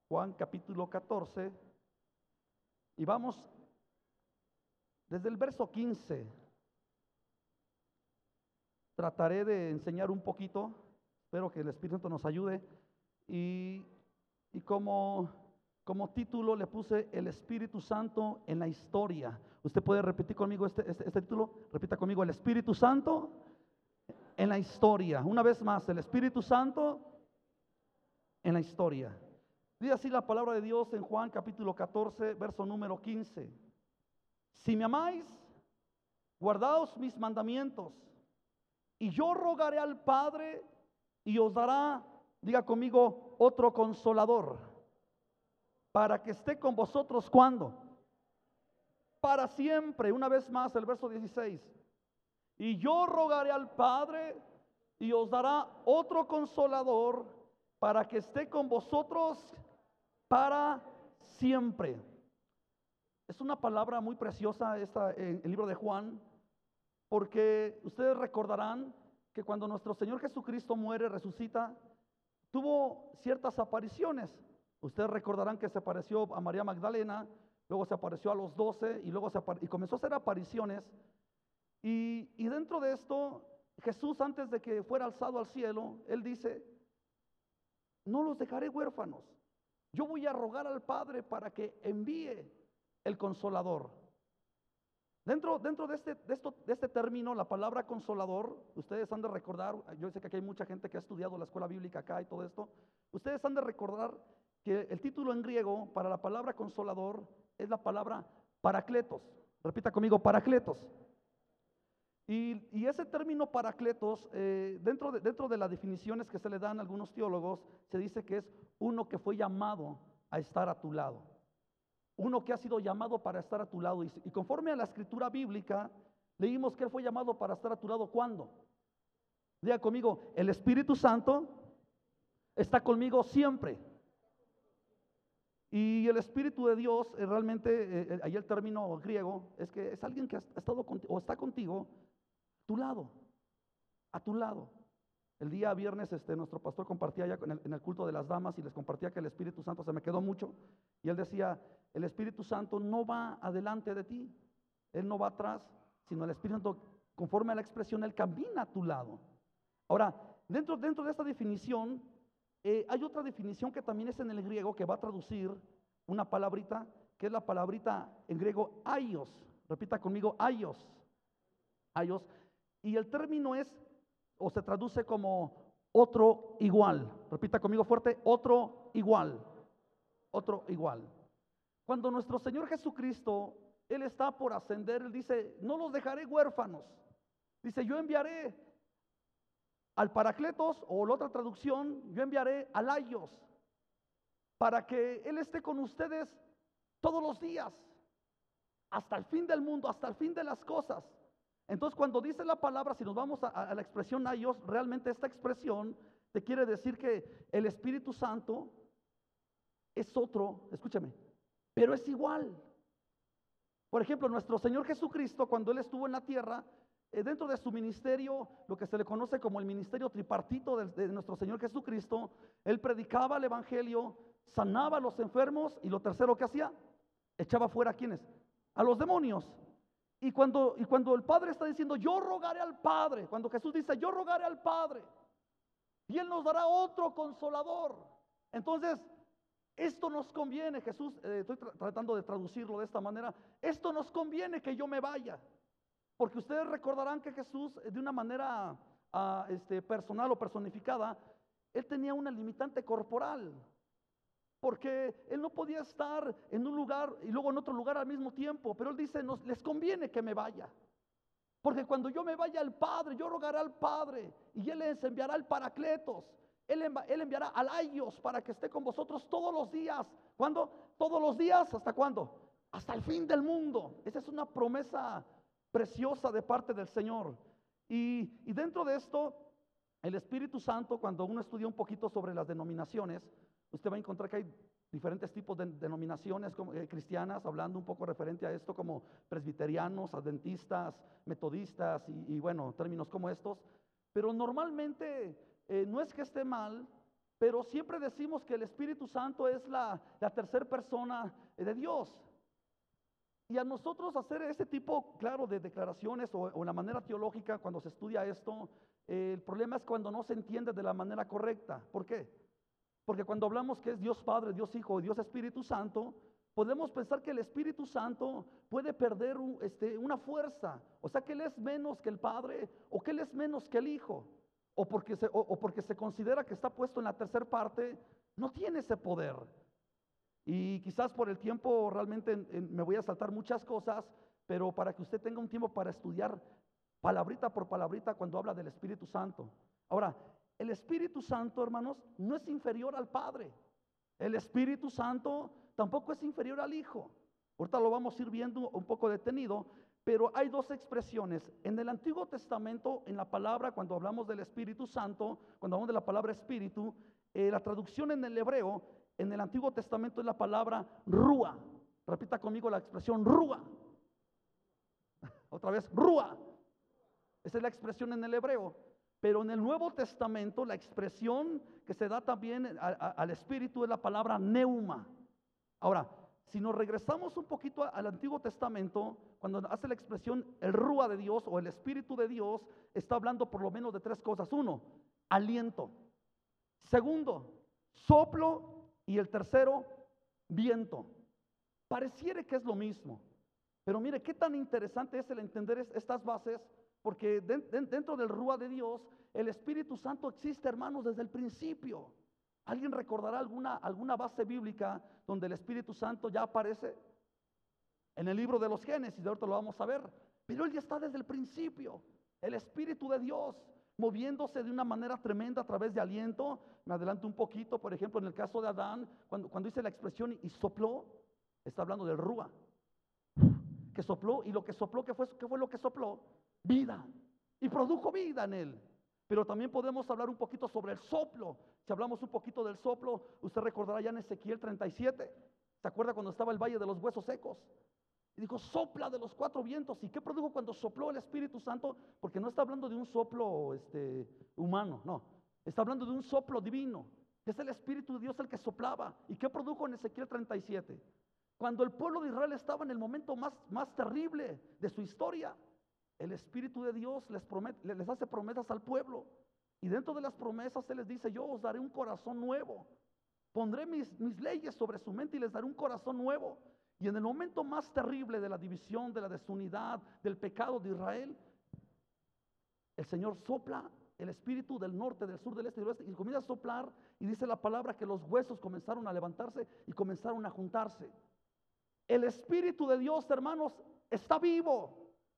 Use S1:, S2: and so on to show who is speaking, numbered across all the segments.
S1: Juan capítulo 14, y vamos desde el verso 15. Trataré de enseñar un poquito, espero que el Espíritu Santo nos ayude, y como título le puse el Espíritu Santo en la historia. Usted puede repetir conmigo este título, repita conmigo: el Espíritu Santo en la historia. Una vez más, el Espíritu Santo en la historia. Dice así la palabra de Dios en Juan capítulo 14, verso número 15. Si me amáis, guardaos mis mandamientos, y yo rogaré al Padre y os dará, diga conmigo, otro consolador, para que esté con vosotros. ¿Cuándo? Para siempre. Una vez más el verso 16. Y yo rogaré al Padre y os dará otro consolador, para que esté con vosotros para siempre. Es una palabra muy preciosa esta en el libro de Juan, porque ustedes recordarán que cuando nuestro Señor Jesucristo muere, resucita, tuvo ciertas apariciones. Ustedes recordarán que se apareció a María Magdalena, luego se apareció a los 12 y luego comenzó a hacer apariciones. Y dentro de esto, Jesús, antes de que fuera alzado al cielo, Él dice: no los dejaré huérfanos. Yo voy a rogar al Padre para que envíe el Consolador. Dentro de este término, la palabra consolador, ustedes han de recordar, yo sé que aquí hay mucha gente que ha estudiado la escuela bíblica acá y todo esto, ustedes han de recordar que el título en griego para la palabra consolador es la palabra paracletos. Repita conmigo: paracletos. Y ese término paracletos, dentro de las definiciones que se le dan a algunos teólogos, se dice que es uno que fue llamado a estar a tu lado. Uno que ha sido llamado para estar a tu lado. Y conforme a la escritura bíblica, leímos que Él fue llamado para estar a tu lado. ¿Cuándo? Diga conmigo: el Espíritu Santo está conmigo siempre. Y el Espíritu de Dios, realmente, ahí el término griego, es que es alguien que ha estado contigo, o está contigo, a tu lado, a tu lado. El día viernes nuestro pastor compartía ya en el culto de las damas, y les compartía que el Espíritu Santo se me quedó mucho, y él decía: el Espíritu Santo no va adelante de ti, Él no va atrás, sino el Espíritu Santo, conforme a la expresión, Él camina a tu lado. Ahora, dentro de esta definición, hay otra definición que también es en el griego, que va a traducir una palabrita, que es la palabrita en griego aios. Repita conmigo: aios. Aios. Y el término es, o se traduce como otro igual. Repita conmigo fuerte: otro igual. Otro igual. Cuando nuestro Señor Jesucristo, Él está por ascender, Él dice: no los dejaré huérfanos. Dice: yo enviaré al Paracletos, o la otra traducción, yo enviaré al Aios, para que Él esté con ustedes todos los días, hasta el fin del mundo, hasta el fin de las cosas. Entonces, cuando dice la palabra, si nos vamos a la expresión aios, realmente esta expresión te quiere decir que el Espíritu Santo es otro, escúchame, pero es igual. Por ejemplo, nuestro Señor Jesucristo, cuando Él estuvo en la tierra, dentro de su ministerio, lo que se le conoce como el ministerio tripartito de nuestro Señor Jesucristo, Él predicaba el evangelio, sanaba a los enfermos, y lo tercero que hacía, echaba fuera ¿a quiénes? A los demonios. Y cuando el Padre está diciendo: yo rogaré al Padre, cuando Jesús dice: yo rogaré al Padre, y Él nos dará otro consolador. Entonces, esto nos conviene. Jesús, estoy tratando de traducirlo de esta manera: esto nos conviene que yo me vaya, porque ustedes recordarán que Jesús, de una manera personal o personificada, Él tenía una limitante corporal, porque Él no podía estar en un lugar y luego en otro lugar al mismo tiempo. Pero Él dice: les conviene que me vaya, porque cuando yo me vaya al Padre, yo rogaré al Padre, y Él les enviará el Paracletos. Él enviará al Aios para que esté con vosotros todos los días. ¿Cuándo? Todos los días. ¿Hasta cuándo? Hasta el fin del mundo. Esa es una promesa preciosa de parte del Señor. Y dentro de esto, el Espíritu Santo, cuando uno estudia un poquito sobre las denominaciones, usted va a encontrar que hay diferentes tipos de denominaciones cristianas, hablando un poco referente a esto, como presbiterianos, adventistas, metodistas y bueno, términos como estos. Pero normalmente no es que esté mal, pero siempre decimos que el Espíritu Santo es la tercera persona de Dios. Y a nosotros hacer ese tipo, claro, de declaraciones o la manera teológica cuando se estudia esto, el problema es cuando no se entiende de la manera correcta. ¿Por qué? Porque cuando hablamos que es Dios Padre, Dios Hijo y Dios Espíritu Santo, podemos pensar que el Espíritu Santo puede perder una fuerza. O sea, que Él es menos que el Padre o que Él es menos que el Hijo. O porque se considera que está puesto en la tercera parte, no tiene ese poder. Y quizás por el tiempo realmente me voy a saltar muchas cosas, pero para que usted tenga un tiempo para estudiar palabrita por palabrita cuando habla del Espíritu Santo. Ahora, el Espíritu Santo, hermanos, no es inferior al Padre. El Espíritu Santo tampoco es inferior al Hijo. Ahorita lo vamos a ir viendo un poco detenido, pero hay dos expresiones. En el Antiguo Testamento, en la palabra, cuando hablamos del Espíritu Santo, cuando hablamos de la palabra Espíritu, la traducción en el hebreo, en el Antiguo Testamento es la palabra Rúa. Repita conmigo la expresión Rúa. Otra vez, Rúa. Esa es la expresión en el hebreo. Pero en el Nuevo Testamento la expresión que se da también al Espíritu es la palabra Neuma. Ahora, si nos regresamos un poquito al Antiguo Testamento, cuando hace la expresión el Rúa de Dios o el Espíritu de Dios, está hablando por lo menos de tres cosas. Uno, aliento. Segundo, soplo. Y el tercero, viento. Pareciera que es lo mismo. Pero mire, qué tan interesante es el entender estas bases, porque dentro del Rúa de Dios, el Espíritu Santo existe, hermanos, desde el principio. ¿Alguien recordará alguna base bíblica donde el Espíritu Santo ya aparece? En el libro de los Génesis, de ahorita lo vamos a ver. Pero Él ya está desde el principio. El Espíritu de Dios, moviéndose de una manera tremenda a través de aliento. Me adelanto un poquito, por ejemplo, en el caso de Adán, cuando dice la expresión y sopló, está hablando del Rúa. Que sopló, y lo que sopló, ¿qué fue lo que sopló? Vida. Y produjo vida en él. Pero también podemos hablar un poquito sobre el soplo. Si hablamos un poquito del soplo, usted recordará ya en Ezequiel 37. ¿Se acuerda cuando estaba el valle de los huesos secos? Y dijo, sopla de los cuatro vientos. ¿Y qué produjo cuando sopló el Espíritu Santo? Porque no está hablando de un soplo humano, no. Está hablando de un soplo divino. Es el Espíritu de Dios el que soplaba. ¿Y qué produjo en Ezequiel 37? Cuando el pueblo de Israel estaba en el momento más terrible de su historia, el Espíritu de Dios les hace promesas al pueblo. Y dentro de las promesas Él les dice, yo os daré un corazón nuevo. Pondré mis leyes sobre su mente y les daré un corazón nuevo. Y en el momento más terrible de la división, de la desunidad, del pecado de Israel, el Señor sopla el espíritu del norte, del sur, del este y del oeste, y comienza a soplar, y dice la palabra que los huesos comenzaron a levantarse y comenzaron a juntarse. El Espíritu de Dios, hermanos, está vivo.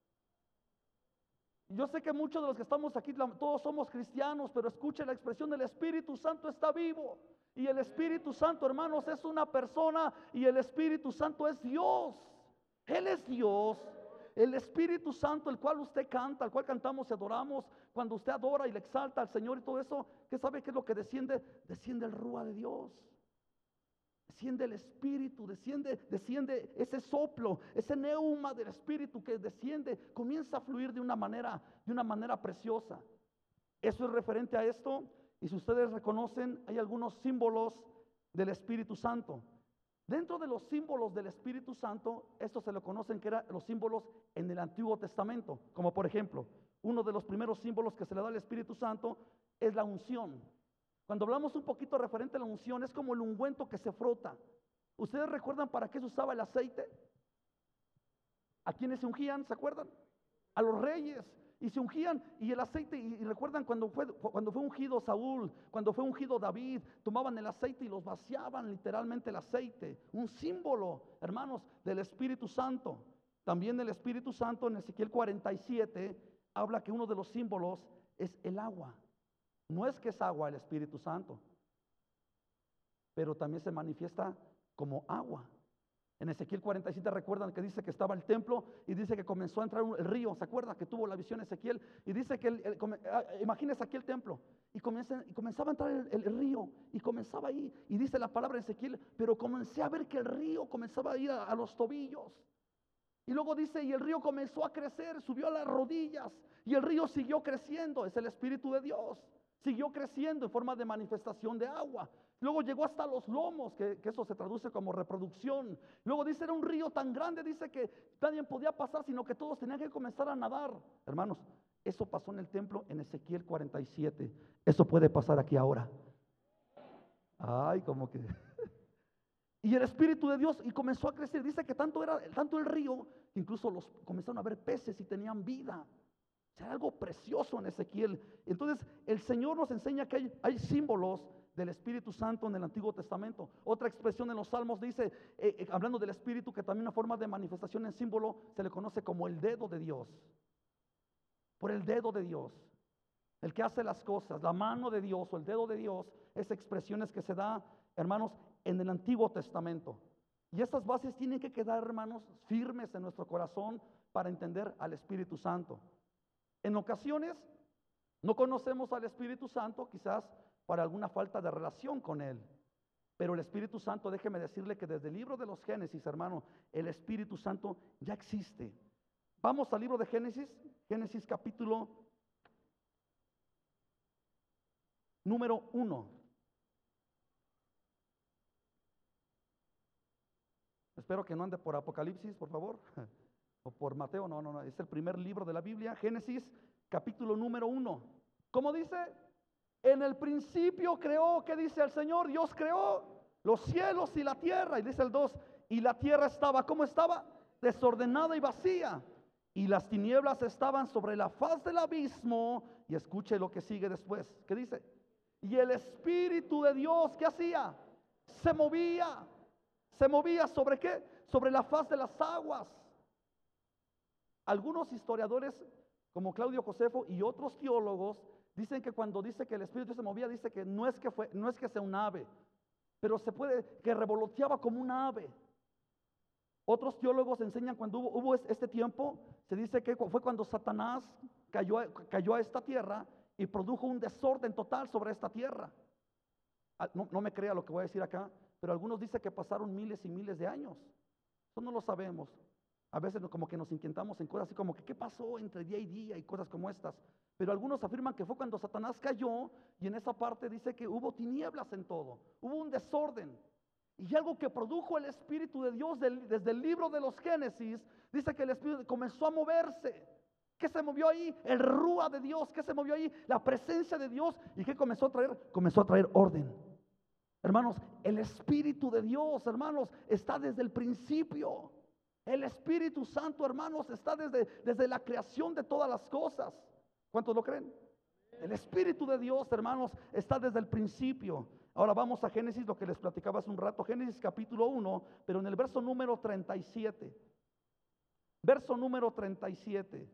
S1: Yo sé que muchos de los que estamos aquí, todos somos cristianos, pero escuche la expresión del Espíritu Santo está vivo. Y el Espíritu Santo, hermanos, es una persona y el Espíritu Santo es Dios. Él es Dios. El Espíritu Santo, el cual usted canta, el cual cantamos y adoramos, cuando usted adora y le exalta al Señor y todo eso, ¿qué sabe qué es lo que desciende? Desciende el Rúa de Dios. Desciende el Espíritu, desciende ese soplo, ese neuma del Espíritu que desciende, comienza a fluir de una manera preciosa. Eso es referente a esto. Y si ustedes reconocen, hay algunos símbolos del Espíritu Santo. Dentro de los símbolos del Espíritu Santo, estos se lo conocen que eran los símbolos en el Antiguo Testamento. Como por ejemplo, uno de los primeros símbolos que se le da al Espíritu Santo es la unción. Cuando hablamos un poquito referente a la unción, es como el ungüento que se frota. ¿Ustedes recuerdan para qué se usaba el aceite? ¿A quiénes se ungían? ¿Se acuerdan? A los reyes. Y se ungían, y el aceite, y recuerdan cuando fue ungido Saúl, cuando fue ungido David, tomaban el aceite y los vaciaban literalmente el aceite. Un símbolo, hermanos, del Espíritu Santo. También el Espíritu Santo en Ezequiel 47 habla que uno de los símbolos es el agua. No es que es agua el Espíritu Santo, pero también se manifiesta como agua. En Ezequiel 47 recuerdan que dice que estaba el templo y dice que comenzó a entrar el río. ¿Se acuerdan que tuvo la visión Ezequiel? Y dice que, imagínense aquí el templo, y comenzaba a entrar el río, y comenzaba ahí, y dice la palabra de Ezequiel, pero comencé a ver que el río comenzaba a ir a los tobillos. Y luego dice, y el río comenzó a crecer, subió a las rodillas, y el río siguió creciendo. Es el Espíritu de Dios. Siguió creciendo en forma de manifestación de agua. Luego llegó hasta los lomos, que eso se traduce como reproducción. Luego dice, era un río tan grande, dice que nadie podía pasar, sino que todos tenían que comenzar a nadar. Hermanos, eso pasó en el templo en Ezequiel 47. Eso puede pasar aquí ahora. Ay, como que... Y el Espíritu de Dios, y comenzó a crecer. Dice que tanto el río, que incluso comenzaron a ver peces y tenían vida. O sea, algo precioso en Ezequiel. Entonces, el Señor nos enseña que hay símbolos del Espíritu Santo en el Antiguo Testamento. Otra expresión en los Salmos dice, hablando del Espíritu, que también una forma de manifestación en símbolo se le conoce como el dedo de Dios. Por el dedo de Dios. El que hace las cosas, la mano de Dios o el dedo de Dios, es expresiones que se da, hermanos, en el Antiguo Testamento. Y estas bases tienen que quedar, hermanos, firmes en nuestro corazón para entender al Espíritu Santo. En ocasiones no conocemos al Espíritu Santo, quizás para alguna falta de relación con Él. Pero el Espíritu Santo, déjeme decirle que desde el libro de los Génesis, hermano, el Espíritu Santo ya existe. Vamos al libro de Génesis, Génesis capítulo número 1. Espero que no ande por Apocalipsis, por favor, o por Mateo, no, es el primer libro de la Biblia, Génesis, capítulo número 1. ¿Cómo dice? En el principio creó, ¿qué dice el Señor? Dios creó los cielos y la tierra, y dice el 2, y la tierra estaba, ¿cómo estaba? Desordenada y vacía, y las tinieblas estaban sobre la faz del abismo, y escuche lo que sigue después, ¿qué dice? Y el Espíritu de Dios, ¿qué hacía? Se movía ¿sobre qué? Sobre la faz de las aguas. Algunos historiadores, como Claudio Josefo y otros teólogos, dicen que cuando dice que el Espíritu se movía, dice que no es que sea un ave, pero que revoloteaba como un ave. Otros teólogos enseñan cuando hubo este tiempo, se dice que fue cuando Satanás cayó a esta tierra y produjo un desorden total sobre esta tierra. No me crea lo que voy a decir acá, pero algunos dicen que pasaron miles y miles de años. Eso no lo sabemos. A veces como que nos inquietamos en cosas así como que qué pasó entre día y día y cosas como estas. Pero algunos afirman que fue cuando Satanás cayó y en esa parte dice que hubo tinieblas en todo. Hubo un desorden. Y algo que produjo el Espíritu de Dios desde el libro de los Génesis, dice que el Espíritu comenzó a moverse. ¿Qué se movió ahí? El Rúa de Dios. ¿Qué se movió ahí? La presencia de Dios. ¿Y qué comenzó a traer? Comenzó a traer orden. Hermanos, el Espíritu de Dios, hermanos, está desde el principio. El Espíritu Santo, hermanos, está desde la creación de todas las cosas. ¿Cuántos lo creen? El Espíritu de Dios, hermanos, está desde el principio. Ahora vamos a Génesis, lo que les platicaba hace un rato, Génesis capítulo 1, pero en el verso número 37. Verso número 37.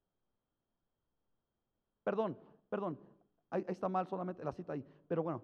S1: Perdón, ahí está mal solamente la cita ahí, pero bueno.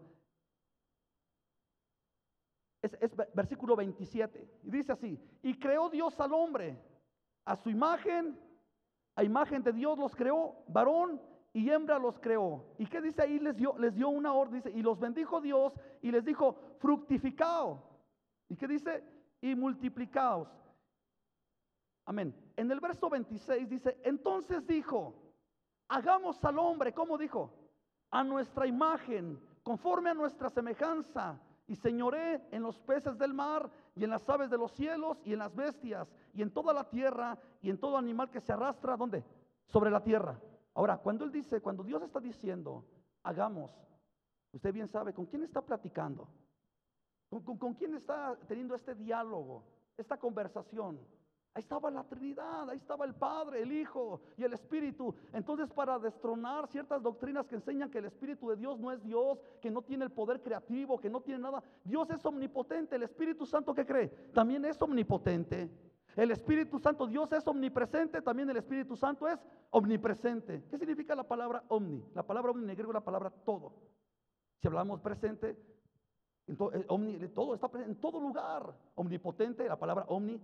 S1: Es versículo 27, y dice así, y creó Dios al hombre, a su imagen, a imagen de Dios los creó, varón y hembra los creó. ¿Y qué dice ahí? Les dio una orden, dice, y los bendijo Dios y les dijo, fructificaos. ¿Y qué dice? Y multiplicaos. Amén. En el verso 26 dice, entonces dijo, hagamos al hombre, ¿cómo dijo? A nuestra imagen, conforme a nuestra semejanza, y señoré en los peces del mar y en las aves de los cielos y en las bestias y en toda la tierra y en todo animal que se arrastra, ¿dónde? Sobre la tierra. Ahora, cuando Dios está diciendo, hagamos, usted bien sabe, ¿con quién está platicando? ¿Con quién está teniendo este diálogo, esta conversación? Ahí estaba la Trinidad, ahí estaba el Padre, el Hijo y el Espíritu. Entonces, para destronar ciertas doctrinas que enseñan que el Espíritu de Dios no es Dios, que no tiene el poder creativo, que no tiene nada, Dios es omnipotente. El Espíritu Santo, ¿qué cree? También es omnipotente. El Espíritu Santo, Dios es omnipresente, también el Espíritu Santo es omnipresente. ¿Qué significa la palabra omni? La palabra omni en griego es la palabra todo. Si hablamos presente, todo está presente en todo lugar. Omnipotente, la palabra omni,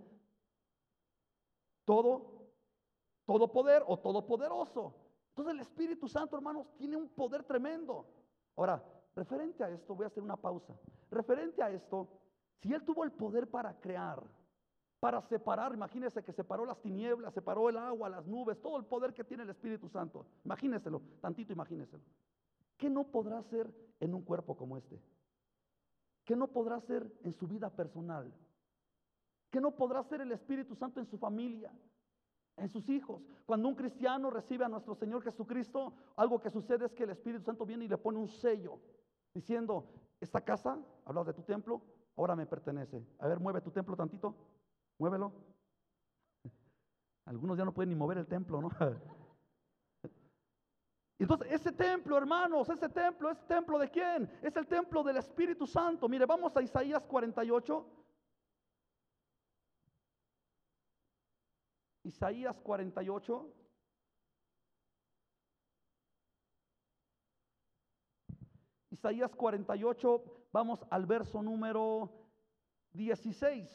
S1: todo poder o todopoderoso. Entonces el Espíritu Santo, hermanos, tiene un poder tremendo. Ahora, referente a esto, voy a hacer una pausa. Referente a esto, si Él tuvo el poder para crear, para separar, imagínense que separó las tinieblas, separó el agua, las nubes, todo el poder que tiene el Espíritu Santo. Imagínenselo, tantito imagínenselo. ¿qué no podrá hacer en un cuerpo como este? ¿Qué no podrá hacer en su vida personal? ¿Qué no podrá hacer el Espíritu Santo en su familia, en sus hijos? Cuando un cristiano recibe a nuestro Señor Jesucristo, algo que sucede es que el Espíritu Santo viene y le pone un sello, diciendo, esta casa, hablas de tu templo, ahora me pertenece. A ver, mueve tu templo tantito, muévelo. Algunos ya no pueden ni mover el templo, ¿no? Entonces, ese templo, hermanos, ese templo, ¿es templo de quién? Es el templo del Espíritu Santo. Mire, vamos a Isaías 48. Isaías 48. Isaías 48, vamos al verso número 16.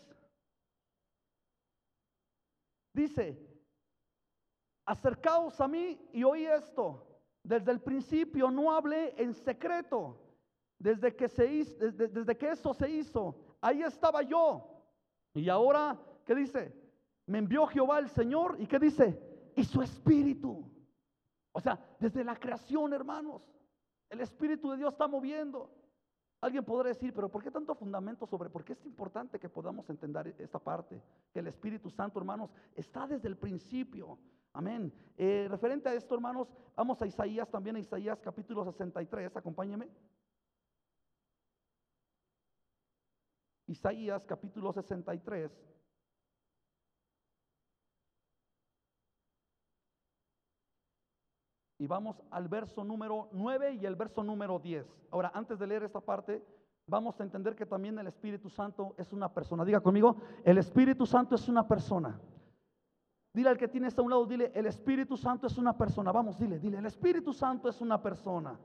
S1: Dice, acercaos a mí y oí esto. Desde el principio no hablé en secreto. Desde que eso se hizo, ahí estaba yo. Y ahora, ¿qué dice? Me envió Jehová el Señor. ¿Y qué dice? Y su espíritu. O sea, desde la creación, hermanos, el Espíritu de Dios está moviendo. Alguien podrá decir, pero ¿por qué tanto fundamento sobre? ¿Por qué es importante que podamos entender esta parte? Que el Espíritu Santo, hermanos, está desde el principio. Amén. Referente a esto, hermanos, vamos a Isaías, también a Isaías capítulo 63, acompáñeme. Isaías capítulo 63. Y vamos al verso número 9 y el verso número 10. Ahora, antes de leer esta parte, vamos a entender que también el Espíritu Santo es una persona. Diga conmigo, el Espíritu Santo es una persona. Dile al que tienes a un lado, dile, el Espíritu Santo es una persona. Vamos, dile, el Espíritu Santo es una persona.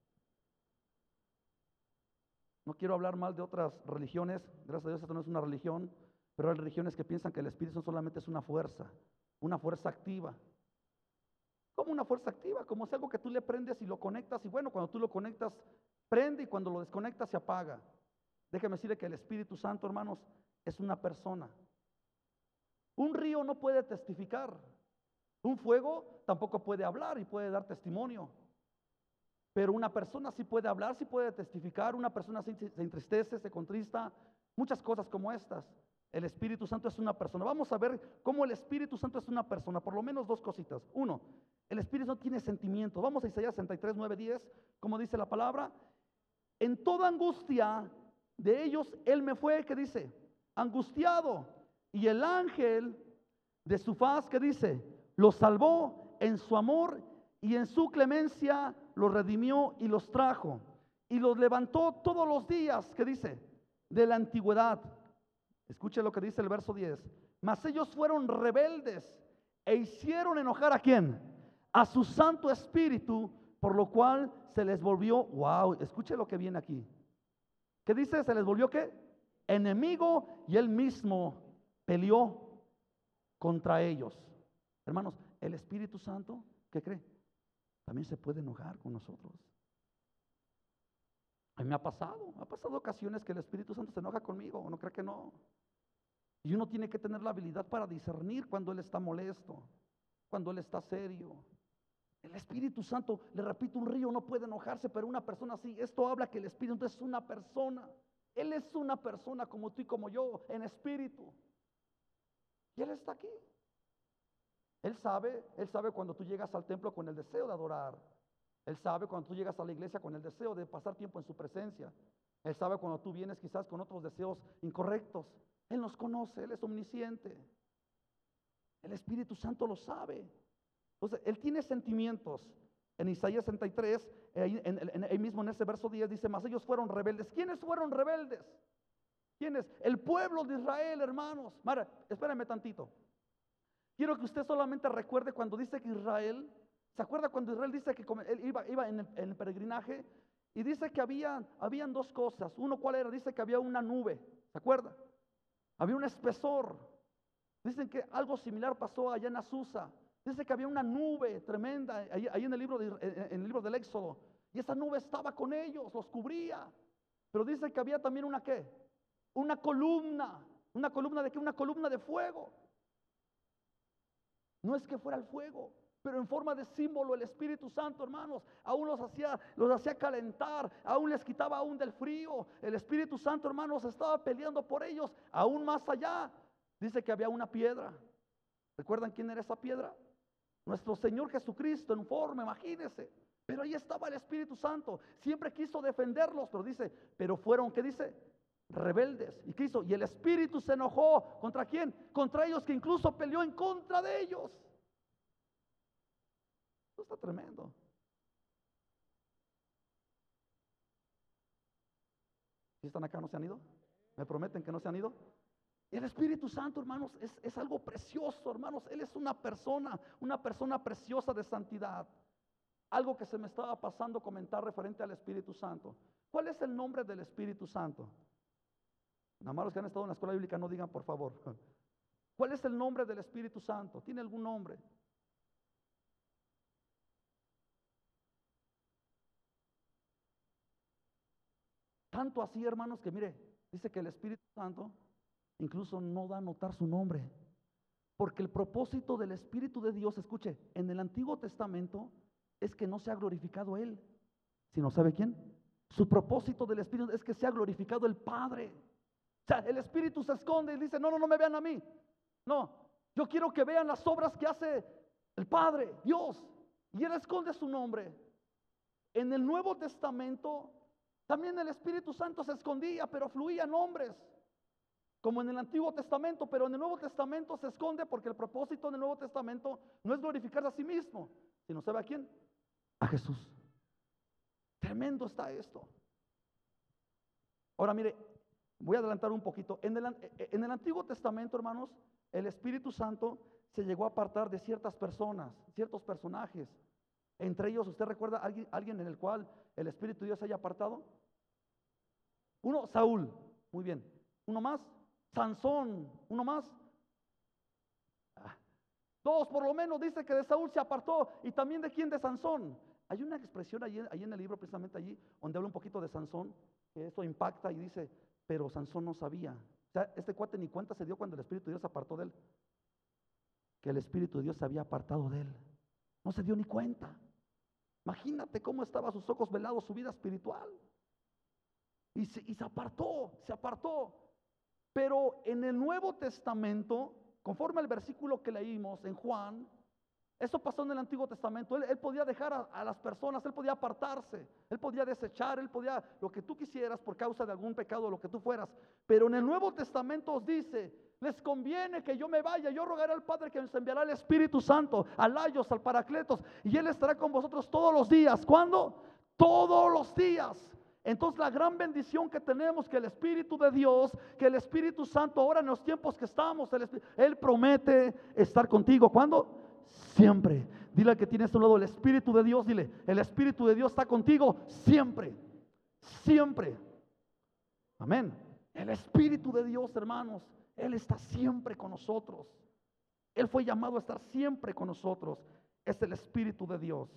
S1: No quiero hablar mal de otras religiones. Gracias a Dios esto no es una religión. Pero hay religiones que piensan que el Espíritu solamente es una fuerza activa. Como una fuerza activa, como es algo que tú le prendes y lo conectas. Y bueno, cuando tú lo conectas, prende, y cuando lo desconectas se apaga. Déjeme decirle que el Espíritu Santo, hermanos, es una persona. Un río no puede testificar. Un fuego tampoco puede hablar y puede dar testimonio. Pero una persona sí puede hablar, sí puede testificar. Una persona se entristece, se contrista, muchas cosas como estas. El Espíritu Santo es una persona. Vamos a ver cómo el Espíritu Santo es una persona. Por lo menos dos cositas. Uno, el Espíritu no tiene sentimientos. Vamos a Isaías 63, 9, 10. Como dice la palabra, en toda angustia de ellos Él me fue, ¿qué dice? Angustiado. Y el ángel de su faz, ¿qué dice? Los salvó en su amor y en su clemencia los redimió y los trajo. Y los levantó todos los días, ¿qué dice? De la antigüedad. Escuche lo que dice el verso 10. Mas ellos fueron rebeldes e hicieron enojar ¿a quién? A su Santo Espíritu, por lo cual se les volvió, wow, escuche lo que viene aquí. ¿Qué dice? Se les volvió ¿qué? Enemigo, y él mismo peleó contra ellos. Hermanos, el Espíritu Santo, ¿qué cree? También se puede enojar con nosotros. A mí me ha pasado ocasiones que el Espíritu Santo se enoja conmigo, ¿no cree que no? Y uno tiene que tener la habilidad para discernir cuando Él está molesto, cuando Él está serio. El Espíritu Santo, le repito, un río no puede enojarse, pero una persona sí. Esto habla que el Espíritu es una persona. Él es una persona como tú y como yo, en espíritu. Y Él está aquí. Él sabe cuando tú llegas al templo con el deseo de adorar. Él sabe cuando tú llegas a la iglesia con el deseo de pasar tiempo en su presencia. Él sabe cuando tú vienes quizás con otros deseos incorrectos. Él nos conoce, Él es omnisciente. El Espíritu Santo lo sabe. Entonces, Él tiene sentimientos. En Isaías 63, ahí mismo en ese verso 10 dice, mas ellos fueron rebeldes. ¿Quiénes fueron rebeldes? ¿Quiénes? El pueblo de Israel, hermanos. Mara, espérame tantito. Quiero que usted solamente recuerde cuando dice que Israel, ¿se acuerda cuando Israel dice que él iba en el peregrinaje? Y dice que habían dos cosas. Uno, ¿cuál era? Dice que había una nube, ¿se acuerda? Había un espesor. Dicen que algo similar pasó allá en Azusa. Dice que había una nube tremenda ahí en el libro del Éxodo. Y esa nube estaba con ellos, los cubría. Pero dice que había también una ¿qué? Una columna. ¿Una columna de qué? Una columna de fuego. No es que fuera el fuego, pero en forma de símbolo. El Espíritu Santo, hermanos, aún los hacía calentar, aún les quitaba aún del frío. El Espíritu Santo, hermanos, estaba peleando por ellos. Aún más allá, dice que había una piedra. ¿Recuerdan quién era esa piedra? Nuestro Señor Jesucristo en forma, imagínense. Pero ahí estaba el Espíritu Santo. Siempre quiso defenderlos, pero dice, pero fueron, ¿qué dice? Rebeldes. ¿Y qué hizo? Y el Espíritu se enojó. ¿Contra quién? Contra ellos, que incluso peleó en contra de ellos. Esto está tremendo. ¿Si están acá, no se han ido? ¿Me prometen que no se han ido? El Espíritu Santo, hermanos, es algo precioso, hermanos. Él es una persona preciosa de santidad. Algo que se me estaba pasando comentar referente al Espíritu Santo. ¿Cuál es el nombre del Espíritu Santo? Nada más los que han estado en la escuela bíblica no digan, por favor. ¿Cuál es el nombre del Espíritu Santo? ¿Tiene algún nombre? Tanto así, hermanos, que mire, dice que el Espíritu Santo incluso no da a notar su nombre. Porque el propósito del Espíritu de Dios, escuche, en el Antiguo Testamento es que no sea glorificado Él, sino ¿sabe quién? Su propósito del Espíritu es que sea glorificado el Padre. O sea, el Espíritu se esconde y dice, no me vean a mí. No, yo quiero que vean las obras que hace el Padre, Dios. Y Él esconde su nombre. En el Nuevo Testamento también el Espíritu Santo se escondía, pero fluían nombres, como en el Antiguo Testamento. Pero en el Nuevo Testamento se esconde porque el propósito del Nuevo Testamento no es glorificarse a sí mismo, sino ¿sabe a quién? A Jesús. Tremendo está esto. Ahora mire, voy a adelantar un poquito. En el Antiguo Testamento, hermanos, el Espíritu Santo se llegó a apartar de ciertas personas, ciertos personajes. Entre ellos, ¿usted recuerda alguien en el cual el Espíritu de Dios se haya apartado? Uno, Saúl. Muy bien. Uno más, Sansón. Uno más. Dos, por lo menos, dice que de Saúl se apartó. ¿Y también de quién? De Sansón. Hay una expresión allí en el libro, precisamente allí, donde habla un poquito de Sansón, que esto impacta y dice, pero Sansón no sabía. O sea, este cuate ni cuenta se dio cuando el Espíritu de Dios se apartó de él, que el Espíritu de Dios se había apartado de él. No se dio ni cuenta. Imagínate cómo estaba sus ojos velados, su vida espiritual. Y se apartó. Pero en el Nuevo Testamento, conforme al versículo que leímos en Juan, eso pasó en el Antiguo Testamento. Él podía dejar a las personas, él podía apartarse, él podía desechar, él podía lo que tú quisieras por causa de algún pecado, lo que tú fueras. Pero en el Nuevo Testamento os dice, les conviene que yo me vaya, yo rogaré al Padre que nos enviará el Espíritu Santo, al Ayos, al Paracletos, y Él estará con vosotros todos los días. ¿Cuándo? Todos los días. Entonces la gran bendición que tenemos, que el Espíritu de Dios, que el Espíritu Santo ahora en los tiempos que estamos, Él promete estar contigo. ¿Cuándo? Siempre. Dile al que tiene a su lado, el Espíritu de Dios, dile, el Espíritu de Dios está contigo siempre. Siempre. Amén. El Espíritu de Dios, hermanos, Él está siempre con nosotros. Él fue llamado a estar siempre con nosotros. Es el Espíritu de Dios.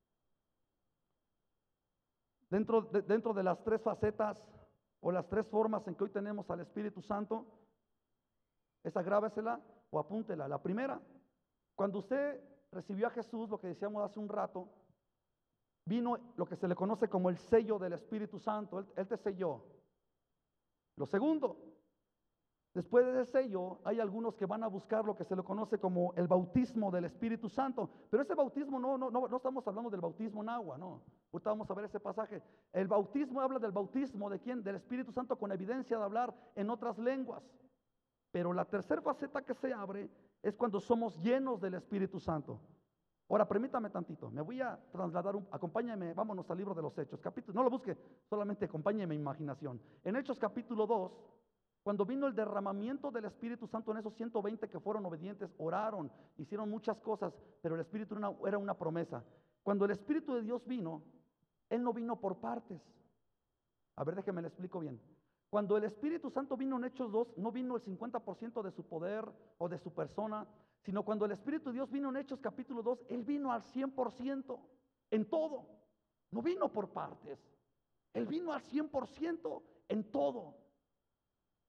S1: Dentro de las tres facetas o las tres formas en que hoy tenemos al Espíritu Santo, esa grábesela o apúntela. La primera, cuando usted recibió a Jesús, lo que decíamos hace un rato, vino lo que se le conoce como el sello del Espíritu Santo. Él te selló. Lo segundo, después de ese sello, hay algunos que van a buscar lo que se le conoce como el bautismo del Espíritu Santo. Pero ese bautismo no estamos hablando del bautismo en agua, no. Ahorita vamos a ver ese pasaje. El bautismo habla del bautismo de quién? Del Espíritu Santo, con evidencia de hablar en otras lenguas. Pero la tercera faceta que se abre es cuando somos llenos del Espíritu Santo. Ahora permítame tantito, me voy a trasladar, acompáñame, vámonos al libro de los Hechos, no lo busque, solamente acompáñeme mi imaginación. En Hechos capítulo 2, cuando vino el derramamiento del Espíritu Santo en esos 120 que fueron obedientes, oraron, hicieron muchas cosas, pero el Espíritu era una promesa. Cuando el Espíritu de Dios vino, Él no vino por partes. A ver, déjeme le explico bien. Cuando el Espíritu Santo vino en Hechos 2, no vino el 50% de su poder o de su persona, sino cuando el Espíritu de Dios vino en Hechos capítulo 2, Él vino al 100% en todo. No vino por partes. Él vino al 100% en todo.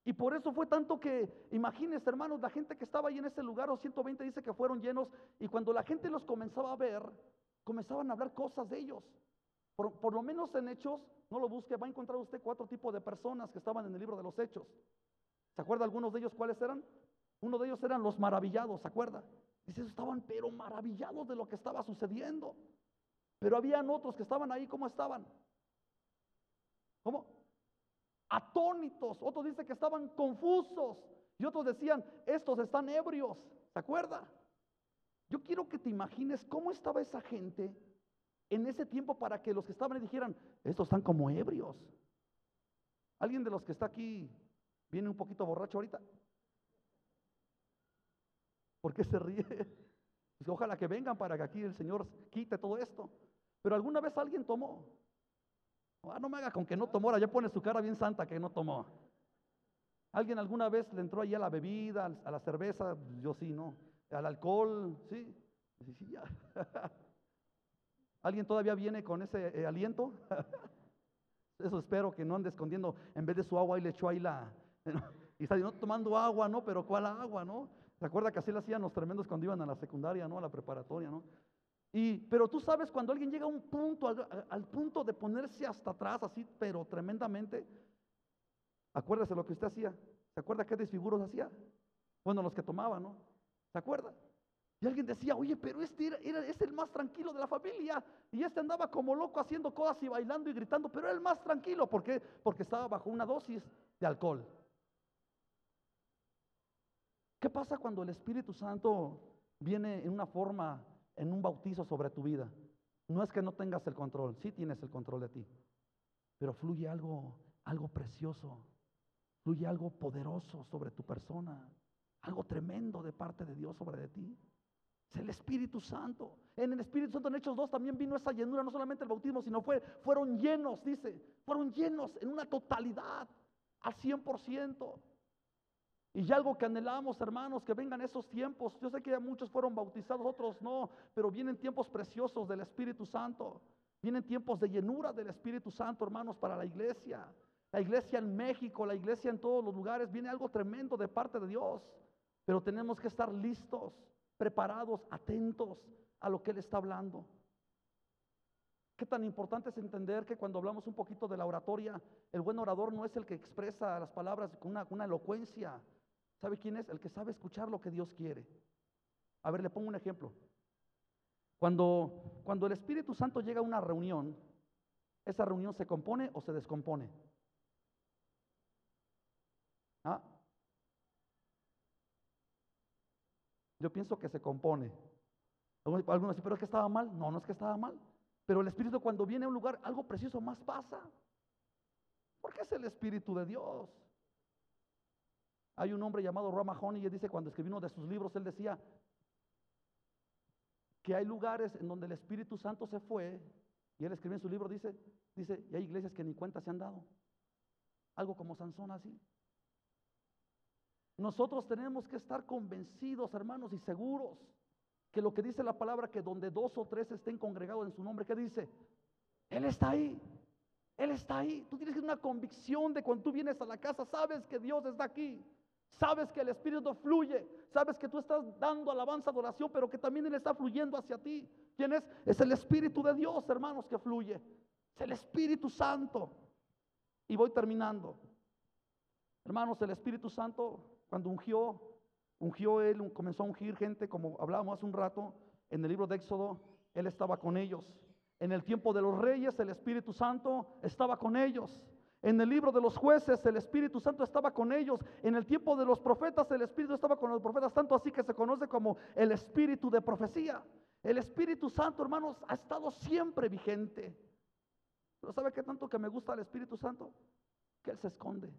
S1: Y por eso fue tanto que, imagínense hermanos, la gente que estaba ahí en ese lugar, los 120 dice que fueron llenos, y cuando la gente los comenzaba a ver, comenzaban a hablar cosas de ellos. Por lo menos en Hechos, no lo busque, va a encontrar usted 4 tipos de personas que estaban en el libro de los Hechos. ¿Se acuerda algunos de ellos cuáles eran? Uno de ellos eran los maravillados, ¿se acuerda? Dice, estaban pero maravillados de lo que estaba sucediendo. Pero habían otros que estaban ahí, ¿cómo estaban? ¿Cómo? Atónitos. Otros dicen que estaban confusos. Y otros decían, estos están ebrios. ¿Se acuerda? Yo quiero que te imagines cómo estaba esa gente en ese tiempo para que los que estaban ahí dijeran, estos están como ebrios. ¿Alguien de los que está aquí viene un poquito borracho ahorita? ¿Por qué se ríe? Pues ojalá que vengan para que aquí el Señor quite todo esto. Pero alguna vez alguien tomó. No me haga con que no tomó, ahora ya pone su cara bien santa que no tomó. ¿Alguien alguna vez le entró ahí a la bebida, a la cerveza? Yo sí, ¿no? Al alcohol, sí. Sí, ya. ¿Alguien todavía viene con ese aliento? Eso espero que no ande escondiendo. En vez de su agua, ahí le echó ahí y está no tomando agua, ¿no? Pero ¿cuál agua, no? ¿Se acuerda que así lo hacían los tremendos cuando iban a la secundaria, ¿no? A la preparatoria, ¿no? Pero tú sabes, cuando alguien llega a un punto, al punto de ponerse hasta atrás, así, pero tremendamente, acuérdese lo que usted hacía. ¿Se acuerda qué desfiguros hacía? Bueno, los que tomaban, ¿no? ¿Se acuerda? Y alguien decía, oye, pero es el más tranquilo de la familia. Y este andaba como loco haciendo cosas y bailando y gritando, pero era el más tranquilo. ¿Por qué? Porque estaba bajo una dosis de alcohol. ¿Qué pasa cuando el Espíritu Santo viene en una forma, en un bautizo sobre tu vida? No es que no tengas el control, sí tienes el control de ti, pero fluye algo precioso, fluye algo poderoso sobre tu persona, algo tremendo de parte de Dios sobre de ti. Es el Espíritu Santo. En el Espíritu Santo en Hechos 2 también vino esa llenura, no solamente el bautismo, sino fueron llenos, dice, fueron llenos en una totalidad, al 100%. Y ya algo que anhelamos, hermanos, que vengan esos tiempos. Yo sé que ya muchos fueron bautizados, otros no, pero vienen tiempos preciosos del Espíritu Santo. Vienen tiempos de llenura del Espíritu Santo, hermanos, para la iglesia. La iglesia en México, la iglesia en todos los lugares. Viene algo tremendo de parte de Dios. Pero tenemos que estar listos, preparados, atentos a lo que Él está hablando. Qué tan importante es entender que cuando hablamos un poquito de la oratoria, el buen orador no es el que expresa las palabras con una elocuencia. ¿Sabe quién es? El que sabe escuchar lo que Dios quiere. A ver, le pongo un ejemplo. Cuando el Espíritu Santo llega a una reunión, ¿esa reunión se compone o se descompone? ¿Ah? Yo pienso que se compone. Algunos dicen, pero es que estaba mal. No, no es que estaba mal. Pero el Espíritu cuando viene a un lugar, algo precioso más pasa. Porque es el Espíritu de Dios. Hay un hombre llamado Ram Mahoney y él dice, cuando escribió uno de sus libros, él decía que hay lugares en donde el Espíritu Santo se fue, y él escribió en su libro, dice, y hay iglesias que ni cuenta se han dado. Algo como Sansón así. Nosotros tenemos que estar convencidos, hermanos, y seguros que lo que dice la palabra, que donde 2 o 3 estén congregados en su nombre, ¿qué dice? Él está ahí. Él está ahí. Tú tienes una convicción de cuando tú vienes a la casa, sabes que Dios está aquí. Sabes que el Espíritu fluye. Sabes que tú estás dando alabanza, adoración, pero que también Él está fluyendo hacia ti. ¿Quién es? Es el Espíritu de Dios, hermanos, que fluye. Es el Espíritu Santo. Y voy terminando. Hermanos, el Espíritu Santo, cuando ungió Él, comenzó a ungir gente, como hablábamos hace un rato, en el libro de Éxodo, Él estaba con ellos. En el tiempo de los reyes, el Espíritu Santo estaba con ellos. En el libro de los jueces, el Espíritu Santo estaba con ellos. En el tiempo de los profetas, el Espíritu estaba con los profetas, tanto así que se conoce como el Espíritu de profecía. El Espíritu Santo, hermanos, ha estado siempre vigente. Pero ¿sabe qué tanto que me gusta el Espíritu Santo? Que Él se esconde,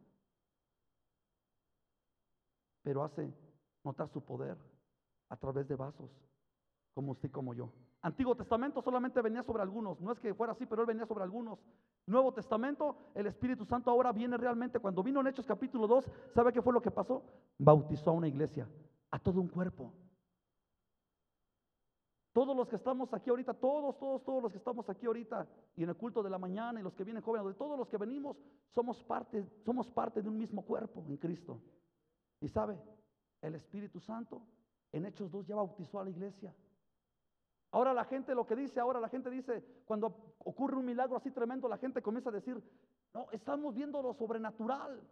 S1: pero hace notar su poder a través de vasos, como usted y como yo. Antiguo Testamento solamente venía sobre algunos, no es que fuera así, pero Él venía sobre algunos. Nuevo Testamento, el Espíritu Santo ahora viene realmente. Cuando vino en Hechos capítulo 2, ¿sabe qué fue lo que pasó? Bautizó a una iglesia, a todo un cuerpo. Todos los que estamos aquí ahorita, todos los que estamos aquí ahorita, y en el culto de la mañana, y los que vienen jóvenes, de todos los que venimos, somos parte de un mismo cuerpo en Cristo. Y sabe, el Espíritu Santo en Hechos 2 ya bautizó a la iglesia. Ahora la gente dice, cuando ocurre un milagro así tremendo, la gente comienza a decir, no, estamos viendo lo sobrenatural.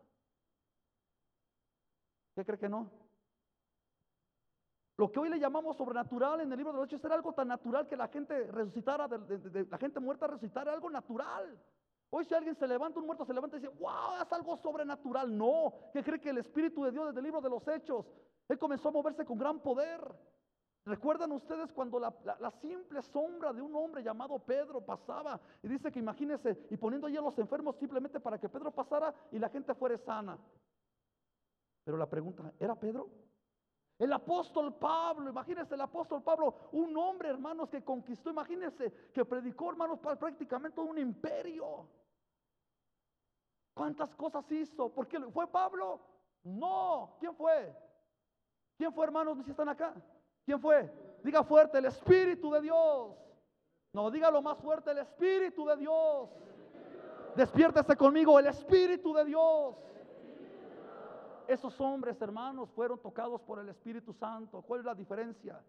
S1: ¿Qué cree que no? Lo que hoy le llamamos sobrenatural en el libro de los Hechos era algo tan natural que la gente resucitara, la gente muerta resucitara, algo natural. Hoy si alguien se levanta, un muerto se levanta y dice, wow, es algo sobrenatural. No, ¿qué cree que el Espíritu de Dios desde el libro de los Hechos, Él comenzó a moverse con gran poder? ¿Recuerdan ustedes cuando la simple sombra de un hombre llamado Pedro pasaba? Y dice que imagínense, y poniendo allí a los enfermos simplemente para que Pedro pasara y la gente fuera sana. Pero la pregunta, ¿era Pedro? El apóstol Pablo, imagínense el apóstol Pablo, un hombre, hermanos, que conquistó, imagínense, que predicó, hermanos, prácticamente todo un imperio. ¿Cuántas cosas hizo? ¿Por qué fue Pablo? No, ¿quién fue? ¿Quién fue, hermanos? ¿Si están acá? ¿Quién fue? Diga fuerte, el Espíritu de Dios. No, dígalo más fuerte, el Espíritu de Dios. Despiértese conmigo, el Espíritu de Dios. Esos hombres, hermanos, fueron tocados por el Espíritu Santo. ¿Cuál es la diferencia?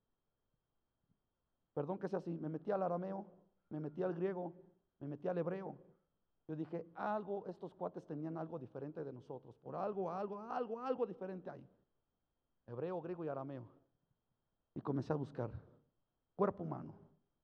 S1: Perdón que sea así, me metí al arameo, me metí al griego, me metí al hebreo. Yo dije, estos cuates tenían algo diferente de nosotros. Por algo diferente hay. Hebreo, griego y arameo. Y comencé a buscar cuerpo humano,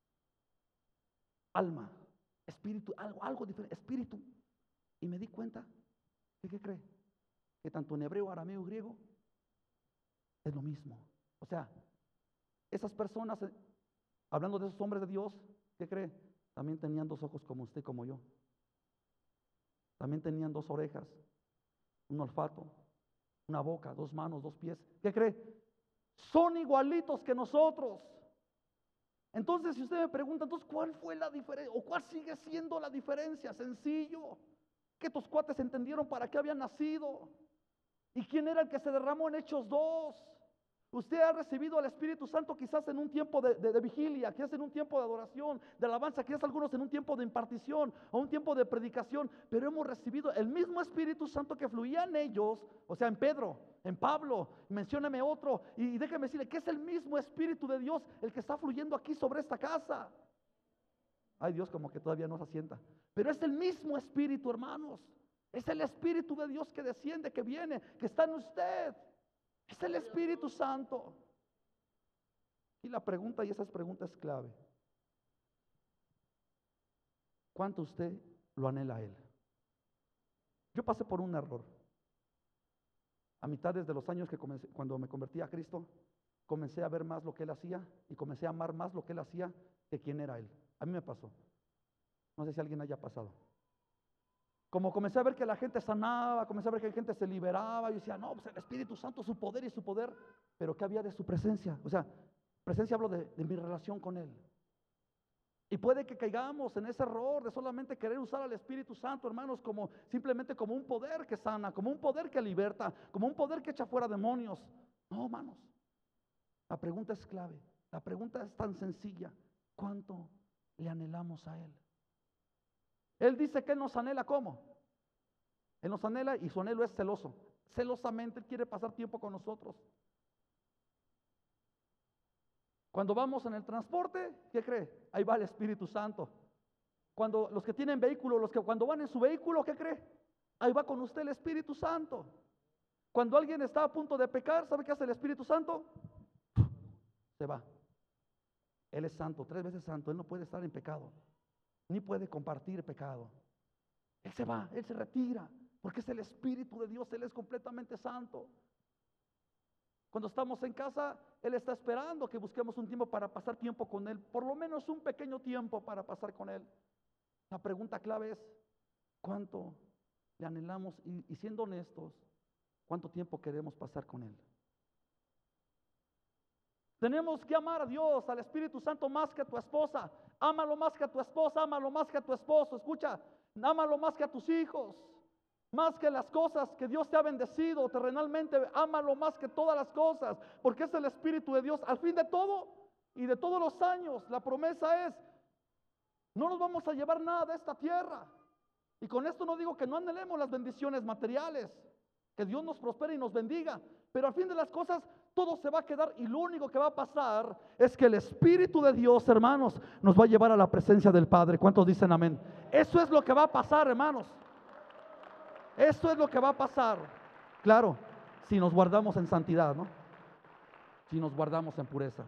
S1: alma, espíritu, algo diferente, espíritu. Y me di cuenta, ¿qué cree? Que tanto en hebreo, arameo y griego es lo mismo. O sea, esas personas, hablando de esos hombres de Dios, ¿qué cree? También tenían 2 ojos como usted y como yo. También tenían 2 orejas, un olfato, una boca, 2 manos, 2 pies. ¿Qué cree? Son igualitos que nosotros. Entonces, si usted me pregunta, entonces, ¿cuál fue la diferencia? ¿O cuál sigue siendo la diferencia? Sencillo. Que tus cuates entendieron para qué habían nacido. ¿Y quién era el que se derramó en Hechos 2? Usted ha recibido al Espíritu Santo quizás en un tiempo de vigilia, quizás en un tiempo de adoración, de alabanza, quizás algunos en un tiempo de impartición o un tiempo de predicación, pero hemos recibido el mismo Espíritu Santo que fluía en ellos, o sea, en Pedro, en Pablo, mencióneme otro, y déjeme decirle que es el mismo Espíritu de Dios el que está fluyendo aquí sobre esta casa. Ay, Dios, como que todavía no se asienta, pero es el mismo Espíritu, hermanos. Es el Espíritu de Dios que desciende, que viene, que está en usted. Es el Espíritu Santo. Y la pregunta, y esa pregunta es clave: ¿cuánto usted lo anhela a Él? Yo pasé por un error. A mitades de los años cuando me convertí a Cristo, comencé a ver más lo que Él hacía y comencé a amar más lo que Él hacía que quién era Él. A mí me pasó. No sé si alguien haya pasado. Como comencé a ver que la gente sanaba, comencé a ver que la gente se liberaba, yo decía, no, pues el Espíritu Santo, su poder y su poder, pero ¿qué había de su presencia? O sea, presencia hablo de mi relación con Él. Y puede que caigamos en ese error de solamente querer usar al Espíritu Santo, hermanos, simplemente como un poder que sana, como un poder que liberta, como un poder que echa fuera demonios. No, hermanos, la pregunta es clave, la pregunta es tan sencilla: ¿cuánto le anhelamos a Él? Él dice que Él nos anhela, ¿cómo? Él nos anhela y su anhelo es celoso. Celosamente Él quiere pasar tiempo con nosotros. Cuando vamos en el transporte, ¿qué cree? Ahí va el Espíritu Santo. Cuando los que tienen vehículo, cuando van en su vehículo, ¿qué cree? Ahí va con usted el Espíritu Santo. Cuando alguien está a punto de pecar, ¿sabe qué hace el Espíritu Santo? Se va. Él es santo, 3 veces santo. Él no puede estar en pecado, ni puede compartir pecado. Él se va, Él se retira, porque es el Espíritu de Dios. Él es completamente santo. Cuando estamos en casa, Él está esperando que busquemos un tiempo para pasar tiempo con Él, por lo menos un pequeño tiempo para pasar con Él. La pregunta clave es: ¿cuánto le anhelamos? Y siendo honestos, ¿cuánto tiempo queremos pasar con Él? Tenemos que amar a Dios, al Espíritu Santo, más que a tu esposa. Ámalo más que a tu esposa, ámalo más que a tu esposo. Escucha, ámalo más que a tus hijos, más que las cosas que Dios te ha bendecido terrenalmente. Ámalo más que todas las cosas, porque es el Espíritu de Dios. Al fin de todo, y de todos los años. La promesa es, no nos vamos a llevar nada de esta tierra. Y con esto no digo que no anhelemos las bendiciones materiales, que Dios nos prospere y nos bendiga, pero al fin de las cosas todo se va a quedar, y lo único que va a pasar es que el Espíritu de Dios, hermanos, nos va a llevar a la presencia del Padre. ¿Cuántos dicen amén? Eso es lo que va a pasar, hermanos. Eso es lo que va a pasar. Claro, si nos guardamos en santidad, ¿no? Si nos guardamos en pureza.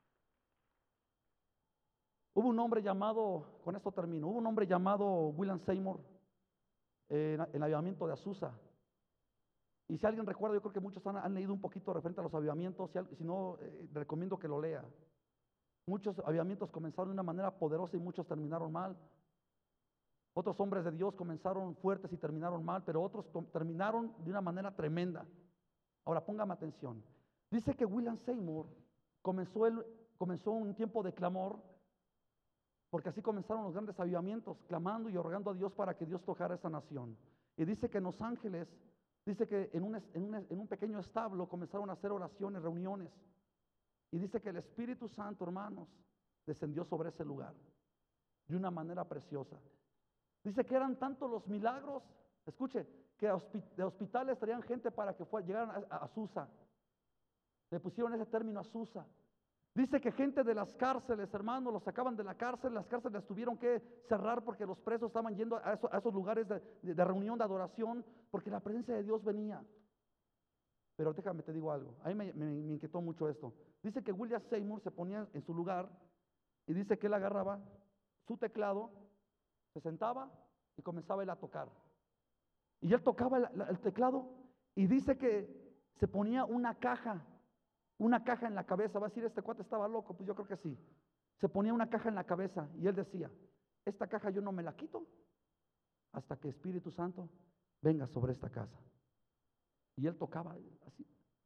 S1: Hubo un hombre llamado, con esto termino, hubo un hombre llamado William Seymour en el avivamiento de Azusa. Y si alguien recuerda, yo creo que muchos han leído un poquito referente a los avivamientos. Si no, recomiendo que lo lea. Muchos avivamientos comenzaron de una manera poderosa y muchos terminaron mal. Otros hombres de Dios comenzaron fuertes y terminaron mal, pero otros terminaron de una manera tremenda. Ahora póngame atención. Dice que William Seymour comenzó un tiempo de clamor, porque así comenzaron los grandes avivamientos, clamando y rogando a Dios para que Dios tocara esa nación. Y dice que en Los Ángeles, dice que en un pequeño establo comenzaron a hacer oraciones, reuniones. Y dice que el Espíritu Santo, hermanos, descendió sobre ese lugar de una manera preciosa. Dice que eran tantos los milagros, escuche, que de hospitales traían gente para que llegaran a Azusa. Le pusieron ese término, Azusa. Dice que gente de las cárceles, hermanos, los sacaban de la cárcel, las cárceles tuvieron que cerrar porque los presos estaban yendo a esos lugares de reunión, de adoración, porque la presencia de Dios venía. Pero déjame te digo algo, a mí me inquietó mucho esto. Dice que William Seymour se ponía en su lugar y dice que él agarraba su teclado, se sentaba y comenzaba él a tocar. Y él tocaba el teclado y dice que se ponía una caja en la cabeza. Va a decir, este cuate estaba loco. Pues yo creo que sí. Se ponía una caja en la cabeza y él decía, esta caja yo no me la quito hasta que Espíritu Santo venga sobre esta casa. Y él tocaba así.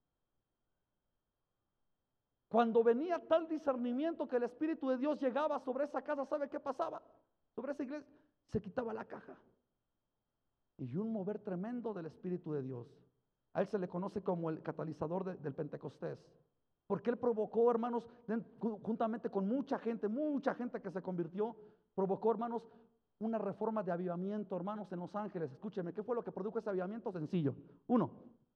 S1: Cuando venía tal discernimiento que el Espíritu de Dios llegaba sobre esa casa, ¿sabe qué pasaba? Sobre esa iglesia, se quitaba la caja. Y un mover tremendo del Espíritu de Dios. A él se le conoce como el catalizador del Pentecostés. Porque él provocó, hermanos, juntamente con mucha gente que se convirtió, provocó, hermanos, una reforma de avivamiento, hermanos, en Los Ángeles. Escúcheme, ¿qué fue lo que produjo ese avivamiento? Sencillo. Uno,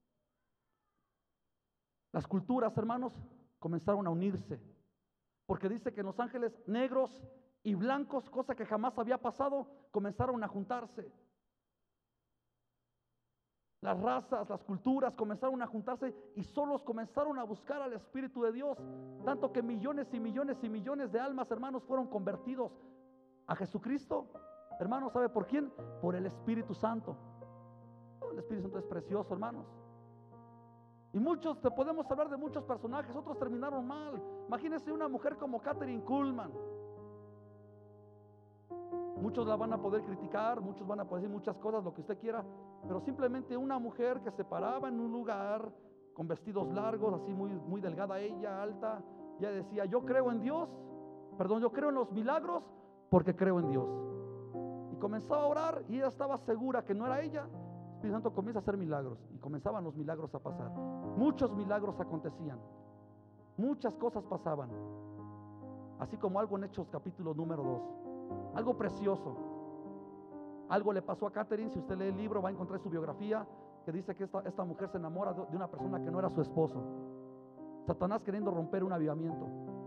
S1: las culturas, hermanos, comenzaron a unirse. Porque dice que en Los Ángeles negros y blancos, cosa que jamás había pasado, comenzaron a juntarse. Las razas, las culturas comenzaron a juntarse y solos comenzaron a buscar al Espíritu de Dios. Tanto que millones y millones y millones de almas, hermanos, fueron convertidos a Jesucristo. Hermanos, ¿sabe por quién? Por el Espíritu Santo. El Espíritu Santo es precioso, hermanos. Y muchos, te podemos hablar de muchos personajes, otros terminaron mal. Imagínense una mujer como Kathryn Kuhlman. Muchos la van a poder criticar, muchos van a poder decir muchas cosas, lo que usted quiera, pero simplemente una mujer que se paraba en un lugar con vestidos largos, así muy delgada ella, alta, ella decía, yo creo en Dios, yo creo en los milagros porque creo en Dios. Y comenzaba a orar y ella estaba segura que no era ella. El Espíritu Santo comienza a hacer milagros y comenzaban los milagros a pasar. Muchos milagros acontecían, muchas cosas pasaban, así como algo en Hechos capítulo número 2. Algo precioso. Algo le pasó a Kathryn. Si usted lee el libro va a encontrar su biografía, que dice que esta mujer se enamora de una persona que no era su esposo. Satanás queriendo romper un avivamiento.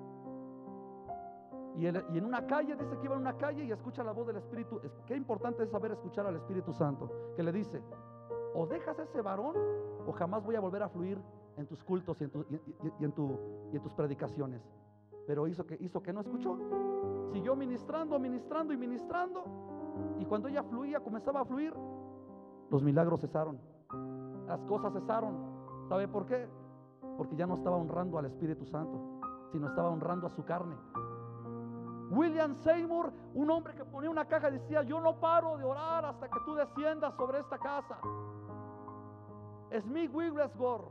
S1: Y en una calle, dice que iba en una calle y escucha la voz del Espíritu. Qué importante es saber escuchar al Espíritu Santo, que le dice, o dejas a ese varón o jamás voy a volver a fluir en tus cultos y en tus predicaciones. Pero hizo que no escuchó. Siguió ministrando, ministrando y ministrando. Y cuando ella comenzaba a fluir, los milagros cesaron. Las cosas cesaron. ¿Sabe por qué? Porque ya no estaba honrando al Espíritu Santo, sino estaba honrando a su carne. William Seymour, un hombre que ponía una caja y decía, yo no paro de orar hasta que tú desciendas sobre esta casa. Smith Wigglesworth,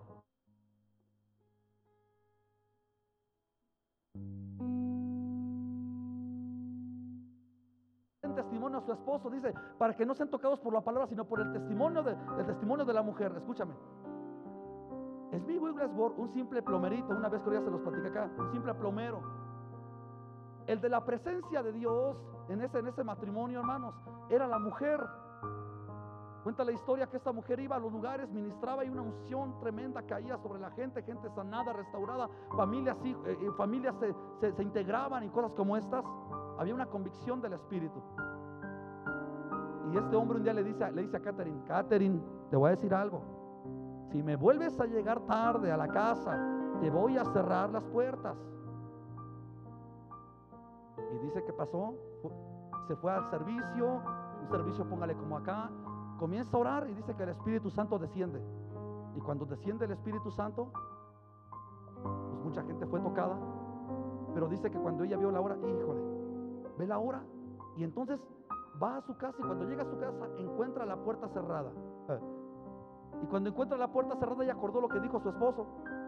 S1: testimonio a su esposo, dice, para que no sean tocados por la palabra, sino por el testimonio de la mujer. Escúchame. Smith Wigglesworth, un simple plomerito, una vez que ya se los platicé acá, un simple plomero, El de la presencia de Dios en ese matrimonio, hermanos, era la mujer. Cuenta la historia que esta mujer iba a los lugares, ministraba, y una unción tremenda caía sobre la gente, gente sanada, restaurada, familias se integraban y cosas como estas. Había una convicción del Espíritu. Y este hombre un día le dice a Catherine: Catherine, te voy a decir algo. Si me vuelves a llegar tarde a la casa, te voy a cerrar las puertas. Y dice que pasó, se fue al servicio, un servicio, póngale como acá, comienza a orar y dice que el Espíritu Santo desciende. Y cuando desciende el Espíritu Santo, pues mucha gente fue tocada. Pero dice que cuando ella vio la hora, híjole, ve la hora, y entonces va a su casa, y cuando llega a su casa encuentra la puerta cerrada. Y cuando encuentra la puerta cerrada, ella acordó lo que dijo su esposo.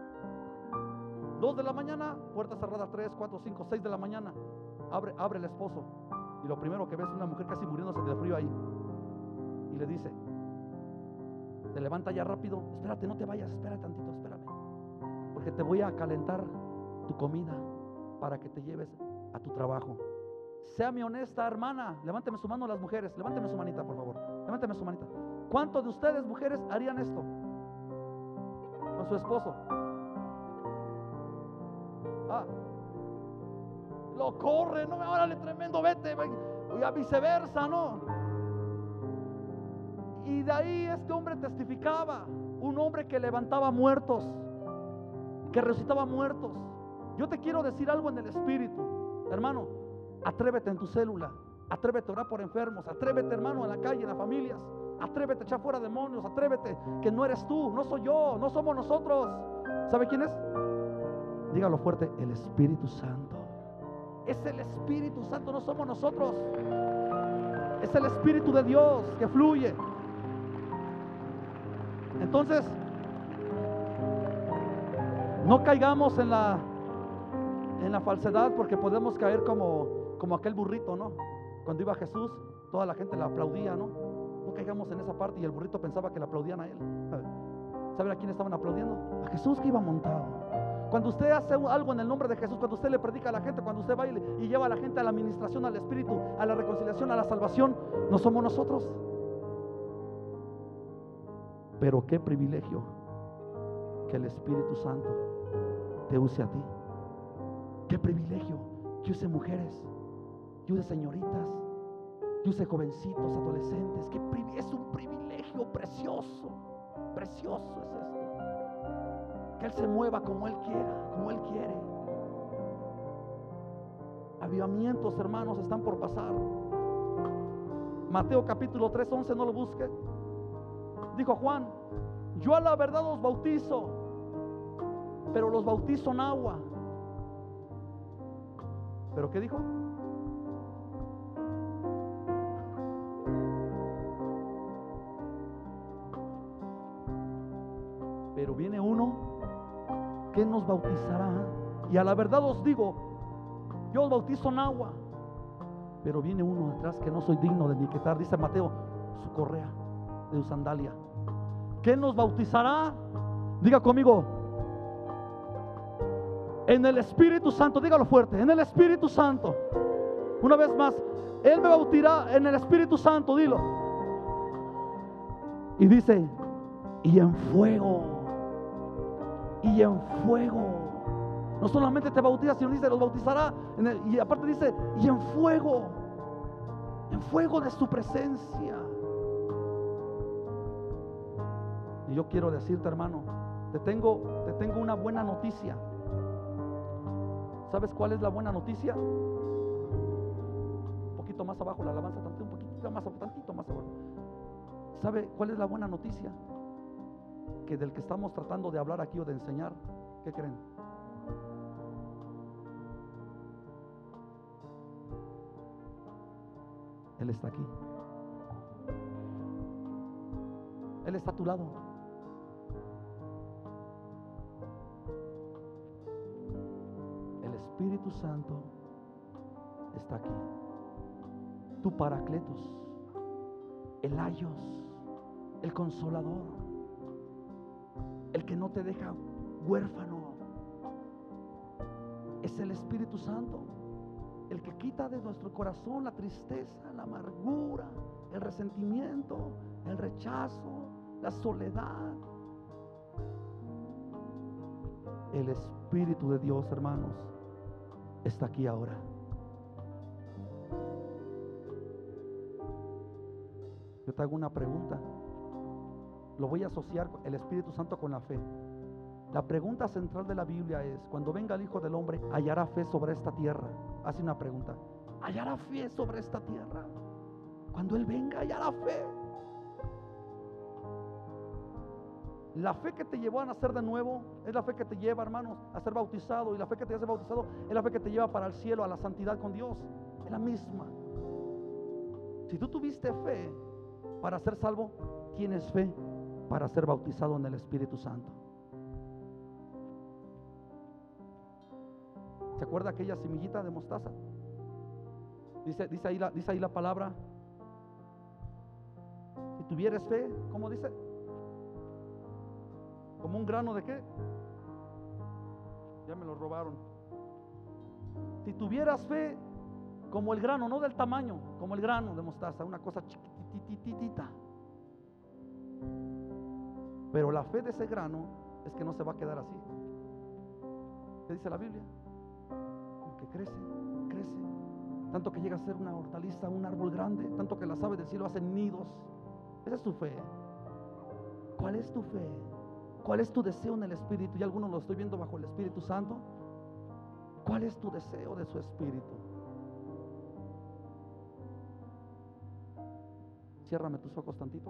S1: 2 de la mañana, puerta cerrada. 3, 4, 5, 6 de la mañana, abre el esposo, y lo primero que ve es una mujer casi muriéndose de frío ahí. Y le dice: te levanta ya rápido, espérate, no te vayas, espera tantito, espérame, porque te voy a calentar tu comida para que te lleves a tu trabajo. Sea mi honesta hermana, levánteme su mano las mujeres, levánteme su manita, por favor, levánteme su manita. ¿Cuántos de ustedes, mujeres, harían esto con su esposo? Lo corre, no, órale, tremendo, vete, y a viceversa, ¿no? Y de ahí este hombre testificaba, un hombre que levantaba muertos, que resucitaba muertos. Yo te quiero decir algo en el Espíritu, hermano. Atrévete en tu célula, atrévete a orar por enfermos, atrévete, hermano, en la calle, en las familias, atrévete a echar fuera demonios, atrévete, que no eres tú, no soy yo, no somos nosotros. ¿Sabe quién es? Dígalo fuerte: el Espíritu Santo. Es el Espíritu Santo, no somos nosotros. Es el Espíritu de Dios que fluye. Entonces, no caigamos en la falsedad, porque podemos caer como aquel burrito, ¿no? Cuando iba Jesús, toda la gente le aplaudía, ¿no? No caigamos en esa parte, y el burrito pensaba que le aplaudían a él. ¿Saben a quién estaban aplaudiendo? A Jesús, que iba montado. Cuando usted hace algo en el nombre de Jesús, cuando usted le predica a la gente, cuando usted va y lleva a la gente a la administración, al Espíritu, a la reconciliación, a la salvación, no somos nosotros. Pero qué privilegio que el Espíritu Santo te use a ti. Qué privilegio que use mujeres, que use señoritas, que use jovencitos, adolescentes. Es un privilegio precioso. Precioso es esto. Que Él se mueva como Él quiera, como Él quiere. Avivamientos, hermanos, están por pasar. Mateo capítulo 3, 11, no lo busque. Dijo Juan: yo a la verdad os bautizo, pero los bautizo en agua. ¿Pero qué dijo? Pero viene uno que nos bautizará. Y a la verdad os digo, yo os bautizo en agua, pero viene uno detrás que no soy digno de ni quitar, dice Mateo, su correa de su sandalia. ¿Qué nos bautizará? Diga conmigo: en el Espíritu Santo. Dígalo fuerte: en el Espíritu Santo. Una vez más: Él me bautizará en el Espíritu Santo. Dilo. Y dice: y en fuego. Y en fuego. No solamente te bautiza, sino dice: los bautizará y aparte dice: y en fuego. En fuego de su presencia. Y yo quiero decirte, hermano, te tengo una buena noticia. ¿Sabes cuál es la buena noticia? Un poquito más abajo la alabanza, un poquitito más, tantito más abajo. ¿Sabe cuál es la buena noticia? Que del que estamos tratando de hablar aquí o de enseñar, ¿qué creen? Él está aquí. Él está a tu lado. El Espíritu Santo está aquí. Tu Paracletos, el Ayos, el Consolador, el que no te deja huérfano, es el Espíritu Santo. el que quita de nuestro corazón la tristeza, la amargura, el resentimiento, el rechazo, la soledad. El Espíritu de Dios, hermanos, está aquí ahora. Yo te hago una pregunta. Lo voy a asociar el Espíritu Santo con la fe. La pregunta central de la Biblia es: cuando venga el Hijo del Hombre, ¿hallará fe sobre esta tierra? Hace una pregunta: ¿hallará fe sobre esta tierra? Cuando Él venga, hallará fe. La fe que te llevó a nacer de nuevo es la fe que te lleva, hermanos, a ser bautizado. Y la fe que te hace bautizado es la fe que te lleva para el cielo, a la santidad con Dios. Es la misma. Si tú tuviste fe para ser salvo, tienes fe para ser bautizado en el Espíritu Santo. ¿Se acuerda aquella semillita de mostaza? Dice ahí la palabra: si tuvieres fe, ¿cómo dice? ¿Como un grano de qué? Ya me lo robaron. Si tuvieras fe como el grano, no del tamaño, como el grano de mostaza, una cosa chiquititita. Pero la fe de ese grano es que no se va a quedar así. ¿Qué dice la Biblia? Que crece, crece, tanto que llega a ser una hortaliza, un árbol grande, tanto que las aves del cielo hacen nidos. Esa es tu fe. ¿Cuál es tu fe? ¿Cuál es tu deseo en el Espíritu? Y algunos lo estoy viendo bajo el Espíritu Santo. ¿Cuál es tu deseo de su Espíritu? Ciérrame tus ojos tantito.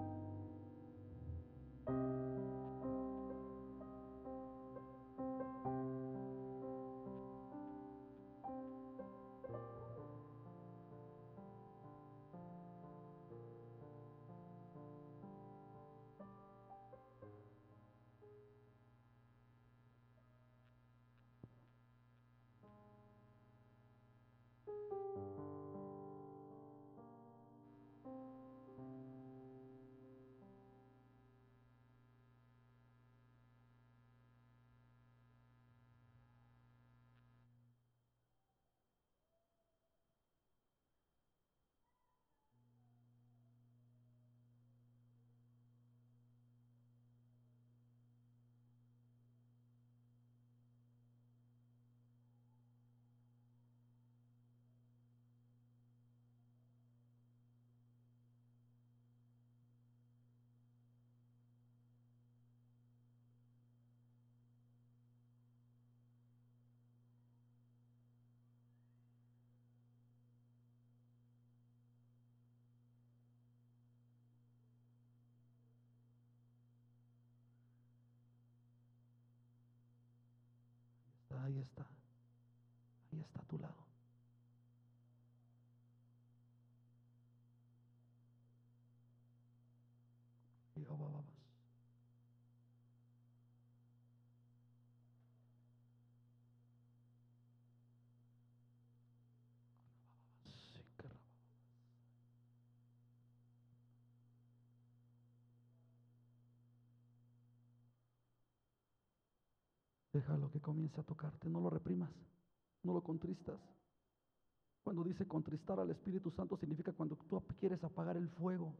S1: Ahí está. Ahí está a tu lado. Déjalo que comience a tocarte. No lo reprimas, no lo contristas. Cuando dice contristar al Espíritu Santo, significa cuando tú quieres apagar el fuego.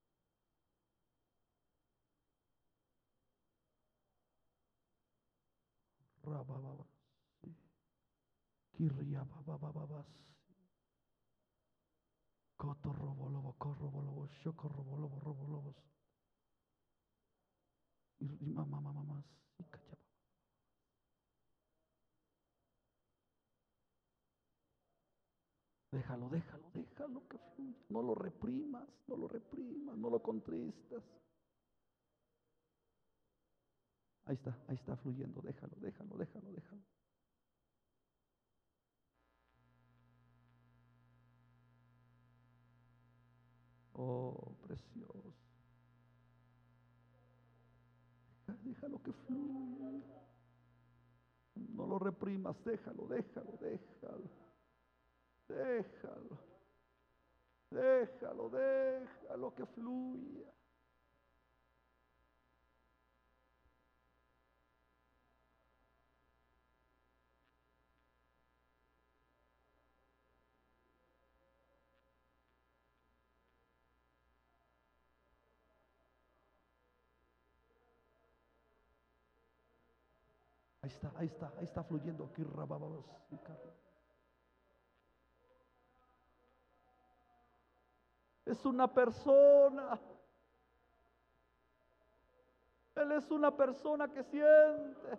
S1: Déjalo, déjalo, déjalo que fluya. No lo reprimas, no lo reprimas, no lo contristas. Ahí está fluyendo. Déjalo, déjalo, déjalo, déjalo. Oh, precioso. Déjalo que fluya. No lo reprimas, déjalo, déjalo, déjalo. Déjalo. Déjalo, déjalo que fluya. Ahí está fluyendo. Es una persona. Él es una persona que siente.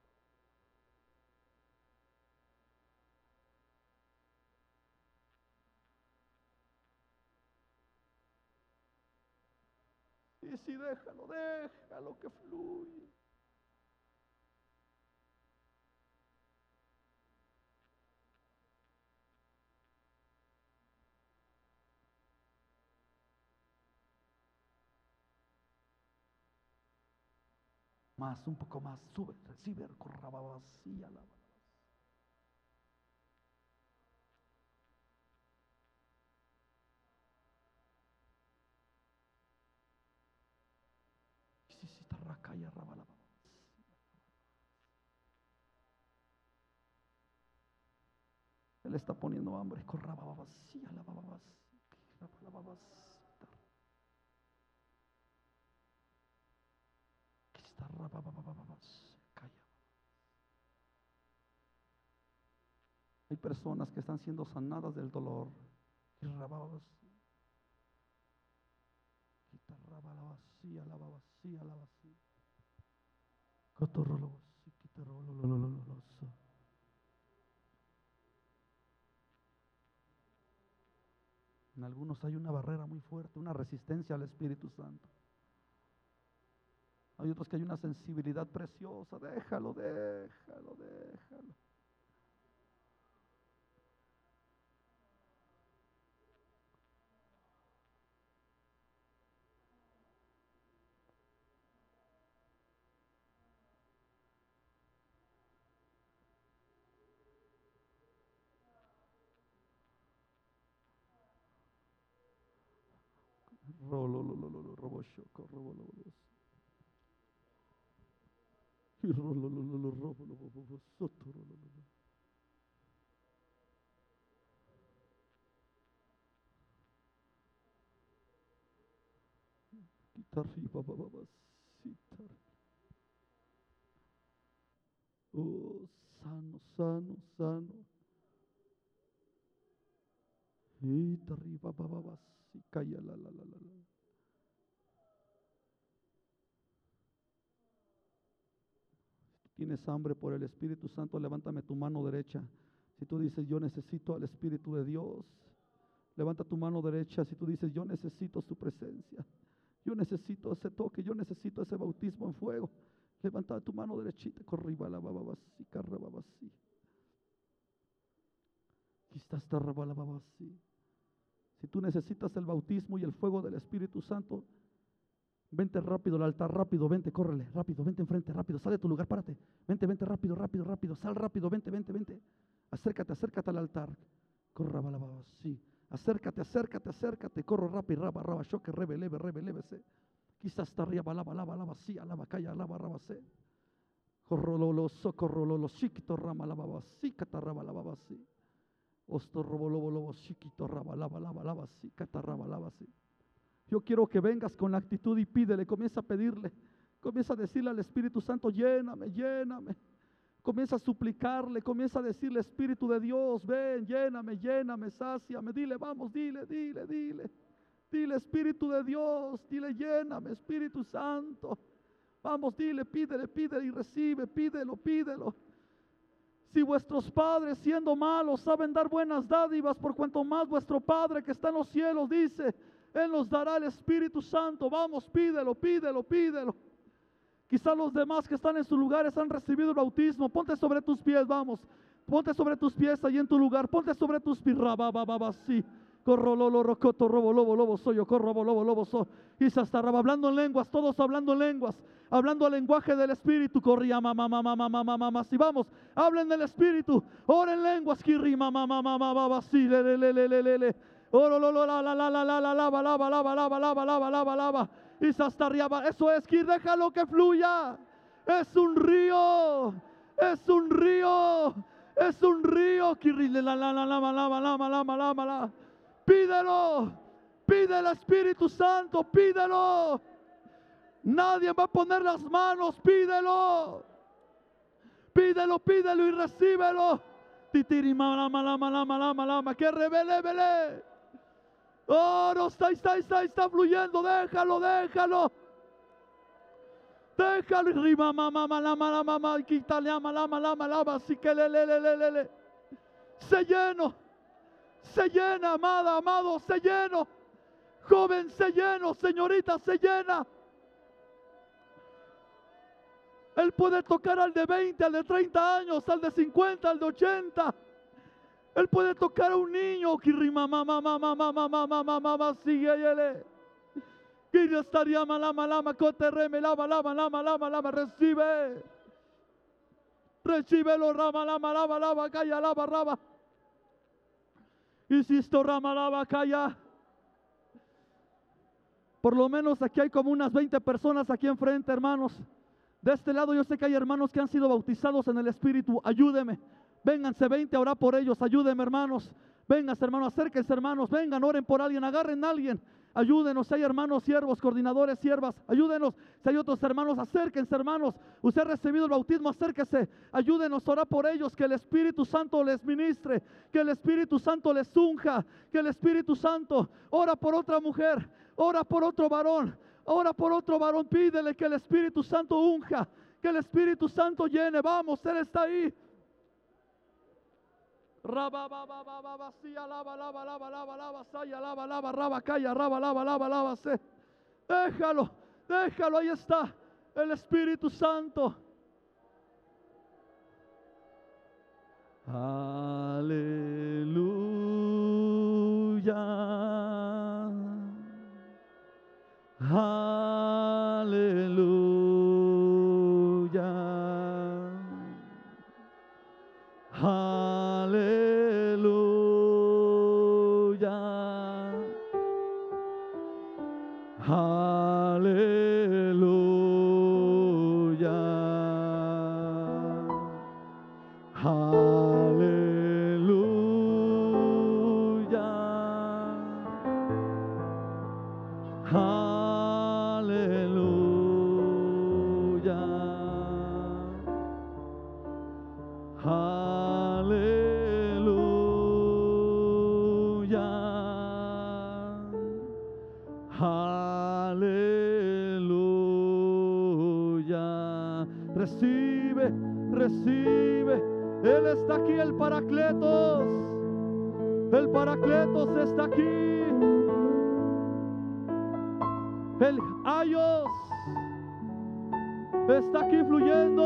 S1: Y si déjalo que fluya. Más, un poco más, sube, recibe, corraba vacía la. Él está poniendo hambre, corraba vacía la babas. Hay personas que están siendo sanadas del dolor. En algunos hay una barrera muy fuerte, una resistencia al Espíritu Santo. Hay otros que hay una sensibilidad preciosa. Déjalo. Oh, sano. Y arriba, calla la. Tienes hambre por el Espíritu Santo, levántame tu mano derecha. Si tú dices, yo necesito al Espíritu de Dios, levanta tu mano derecha. Si tú dices, yo necesito su presencia, yo necesito ese toque, yo necesito ese bautismo en fuego, levanta tu mano derechita, corriba la bababasí, carrababasí. Quizás tarraba la babasí. Si tú necesitas el bautismo y el fuego del Espíritu Santo, vente rápido al altar, rápido, vente, córrele, rápido, vente enfrente, rápido, sal de tu lugar, párate, vente rápido, sal rápido, vente, acércate al altar, corra balababa, sí, acércate, corro rápido, raba, choque, leve, se, quizás está arriba, lava, sí, alaba, calla, lava, se, corro, lo, chiquito, rama, lava, sí, catarraba, lava, sí, osto, robo, lobo, chiquito, raba, lava, sí, catarraba, lava, sí. Yo quiero que vengas con la actitud y pídele, comienza a pedirle, comienza a decirle al Espíritu Santo, lléname. Comienza a suplicarle, comienza a decirle, Espíritu de Dios, ven, lléname, sáciame. Dile, vamos, dile. Dile, Espíritu de Dios, dile, lléname, Espíritu Santo. Vamos, dile, pídele y recibe, pídelo. Si vuestros padres, siendo malos, saben dar buenas dádivas, por cuanto más vuestro Padre que está en los cielos dice, Él nos dará el Espíritu Santo. Vamos, pídelo. Quizás los demás que están en sus lugares han recibido el bautismo. Ponte sobre tus pies, vamos. Ponte sobre tus pies ahí en tu lugar. Ponte sobre tus pies. Sí. Corro, rocoto, lobo, soy yo, corro, lobo, soy. Y se está hablando en lenguas, todos hablando en lenguas. Hablando el lenguaje del Espíritu. Corría, mamá. Si vamos, hablen del Espíritu. Oren en lenguas. Kirri, mamá, sí, le. Lava. Y hasta arriba, eso es que déjalo que fluya. Es un río. Pide el Espíritu Santo, pídelo. Nadie va a poner las manos, pídelo. Pídelo, pídelo y recíbelo. Titiri malama, lama, lama, lama, lama. Que revele, vele. Oh, no está fluyendo. Déjalo, déjalo. Déjalo. Rima, mama, lama, lama, lama. Quítale, lama, lama, lama, lama. Así que le. Se llena, amada, amado, se lleno. Joven, se lleno. Señorita, se llena. Él puede tocar al de 20, al de 30 años, al de 50, al de 80. Él puede tocar a un niño. Recibe. Recíbelo, rama, lama, lama, lama, calla, lama, rama. Insisto, rama, lama, calla. Por lo menos aquí hay como unas 20 personas aquí enfrente, hermanos. De este lado yo sé que hay hermanos que han sido bautizados en el Espíritu. Ayúdeme. Vénganse 20 a orar por ellos. Ayúdenme, hermanos. Vénganse, hermanos. Acérquense, hermanos. Vengan, oren por alguien. Agarren a alguien. Ayúdenos. Si hay hermanos, siervos, coordinadores, siervas, ayúdenos. Si hay otros hermanos, acérquense, hermanos. Usted ha recibido el bautismo, acérquese. Ayúdenos a orar por ellos. Que el Espíritu Santo les ministre. Que el Espíritu Santo les unja. Que el Espíritu Santo ora por otra mujer. Ora por otro varón. Ora por otro varón, pídele que el Espíritu Santo unja, que el Espíritu Santo llene. Vamos, Él está ahí. Déjalo, déjalo, ahí está el Espíritu Santo. Aleluya. Aleluya. Aleluya. Aleluya. Aleluya. Aleluya. Aleluya. Aleluya. Recibe, recibe. Él está aquí, el Paracletos. El Paracletos está aquí. El Ayos está aquí fluyendo.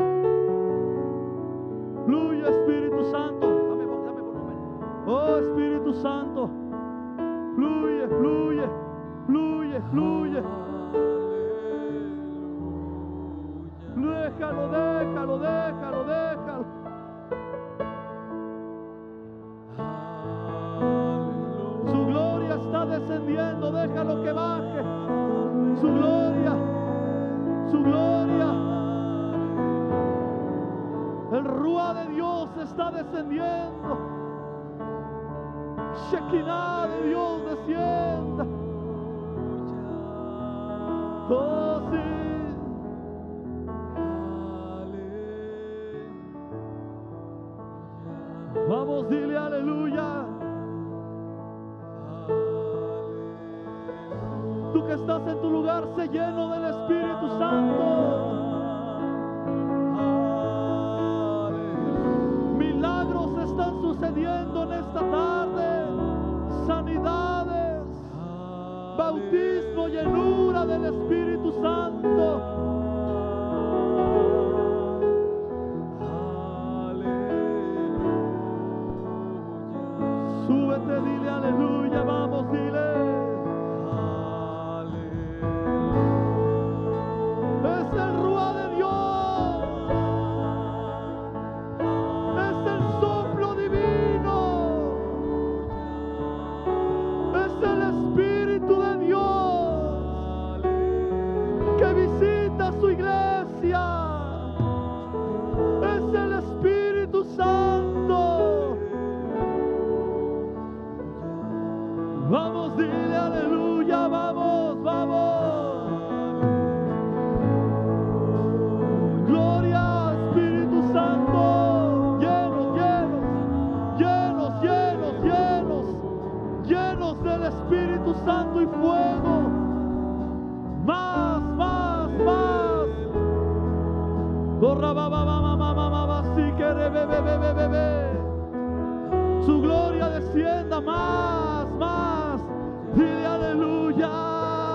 S1: Fluye, Espíritu Santo. Dame volumen. Oh, Espíritu Santo. Fluye, fluye, fluye, fluye. Déjalo, déjalo, déjalo, déjalo. Su gloria está descendiendo. Déjalo que baje. Su gloria, su gloria. El Ruá de Dios está descendiendo. Shekinah de Dios descienda. Oh, sí. Vamos, dile aleluya. Tú que estás en tu lugar, sé lleno del Espíritu Santo. Milagros están sucediendo en esta tarde. Sanidades, bautismo, llenura del Espíritu Santo. Súbete, dile aleluya, vamos, dile. Es el Ruá de Dios. Es el soplo divino. Es el Espíritu de Dios que visita su iglesia. Es el Espíritu Santo. Vamos, dile aleluya, vamos, vamos. Su gloria descienda más, más. Dile aleluya.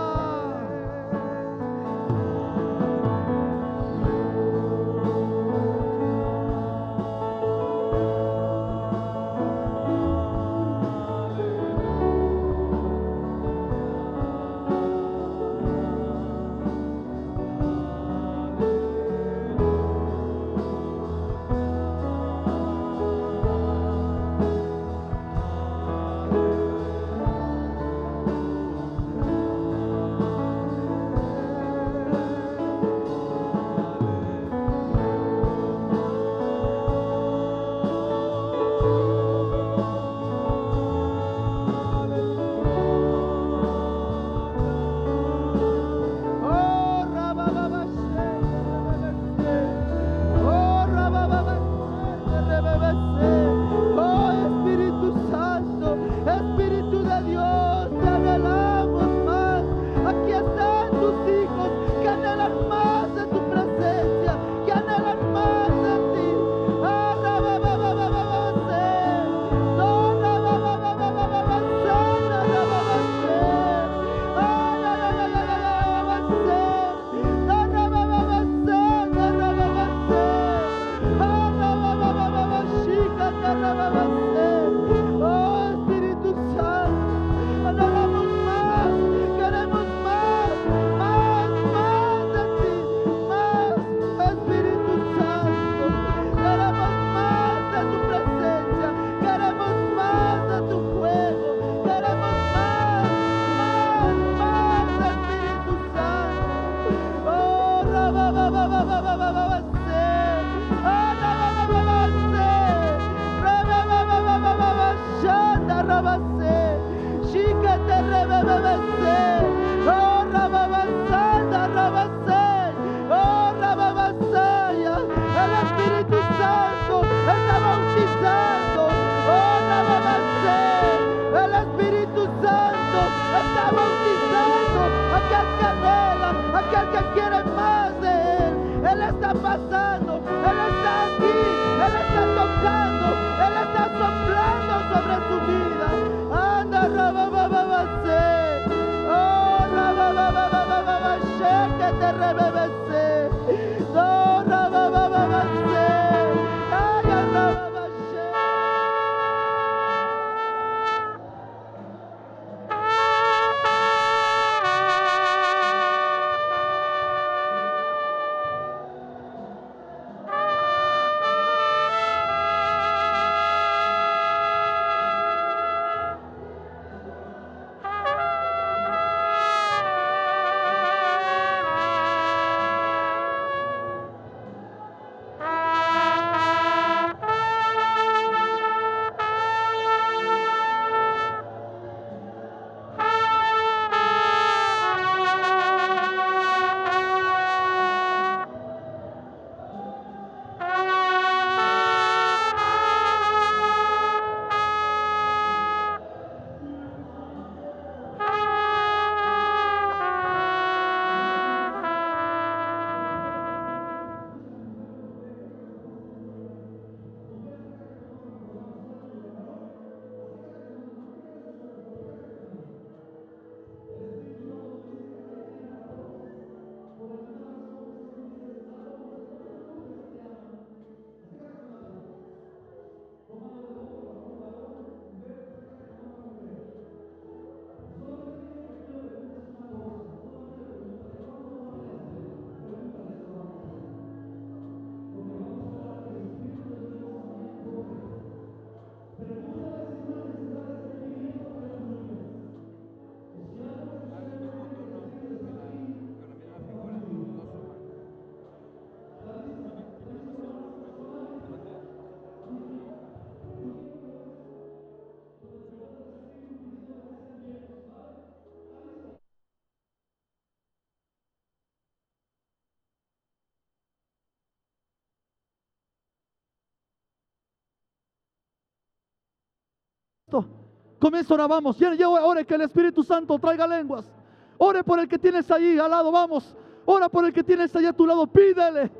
S1: Comienza, ahora vamos. Ore que el Espíritu Santo traiga lenguas. Ore por el que tienes allí al lado, vamos. Ora por el que tienes allí a tu lado. Pídele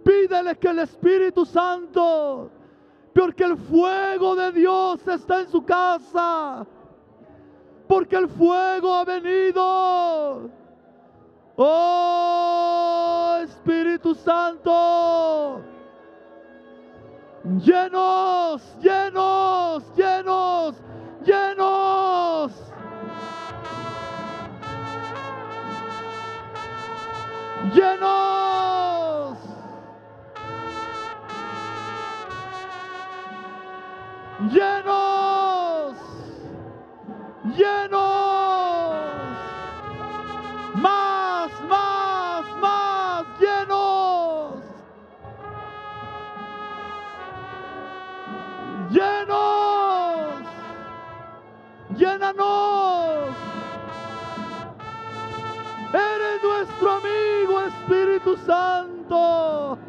S1: Pídele que el Espíritu Santo, porque el fuego de Dios está en su casa, porque el fuego ha venido. Oh Espíritu Santo, llenos, llenos, llenos, llenos. Llenos. Llenos. Llenos. Más, más, más. Llenos. Llenos. Llénanos. Eres nuestro amigo, Espíritu Santo.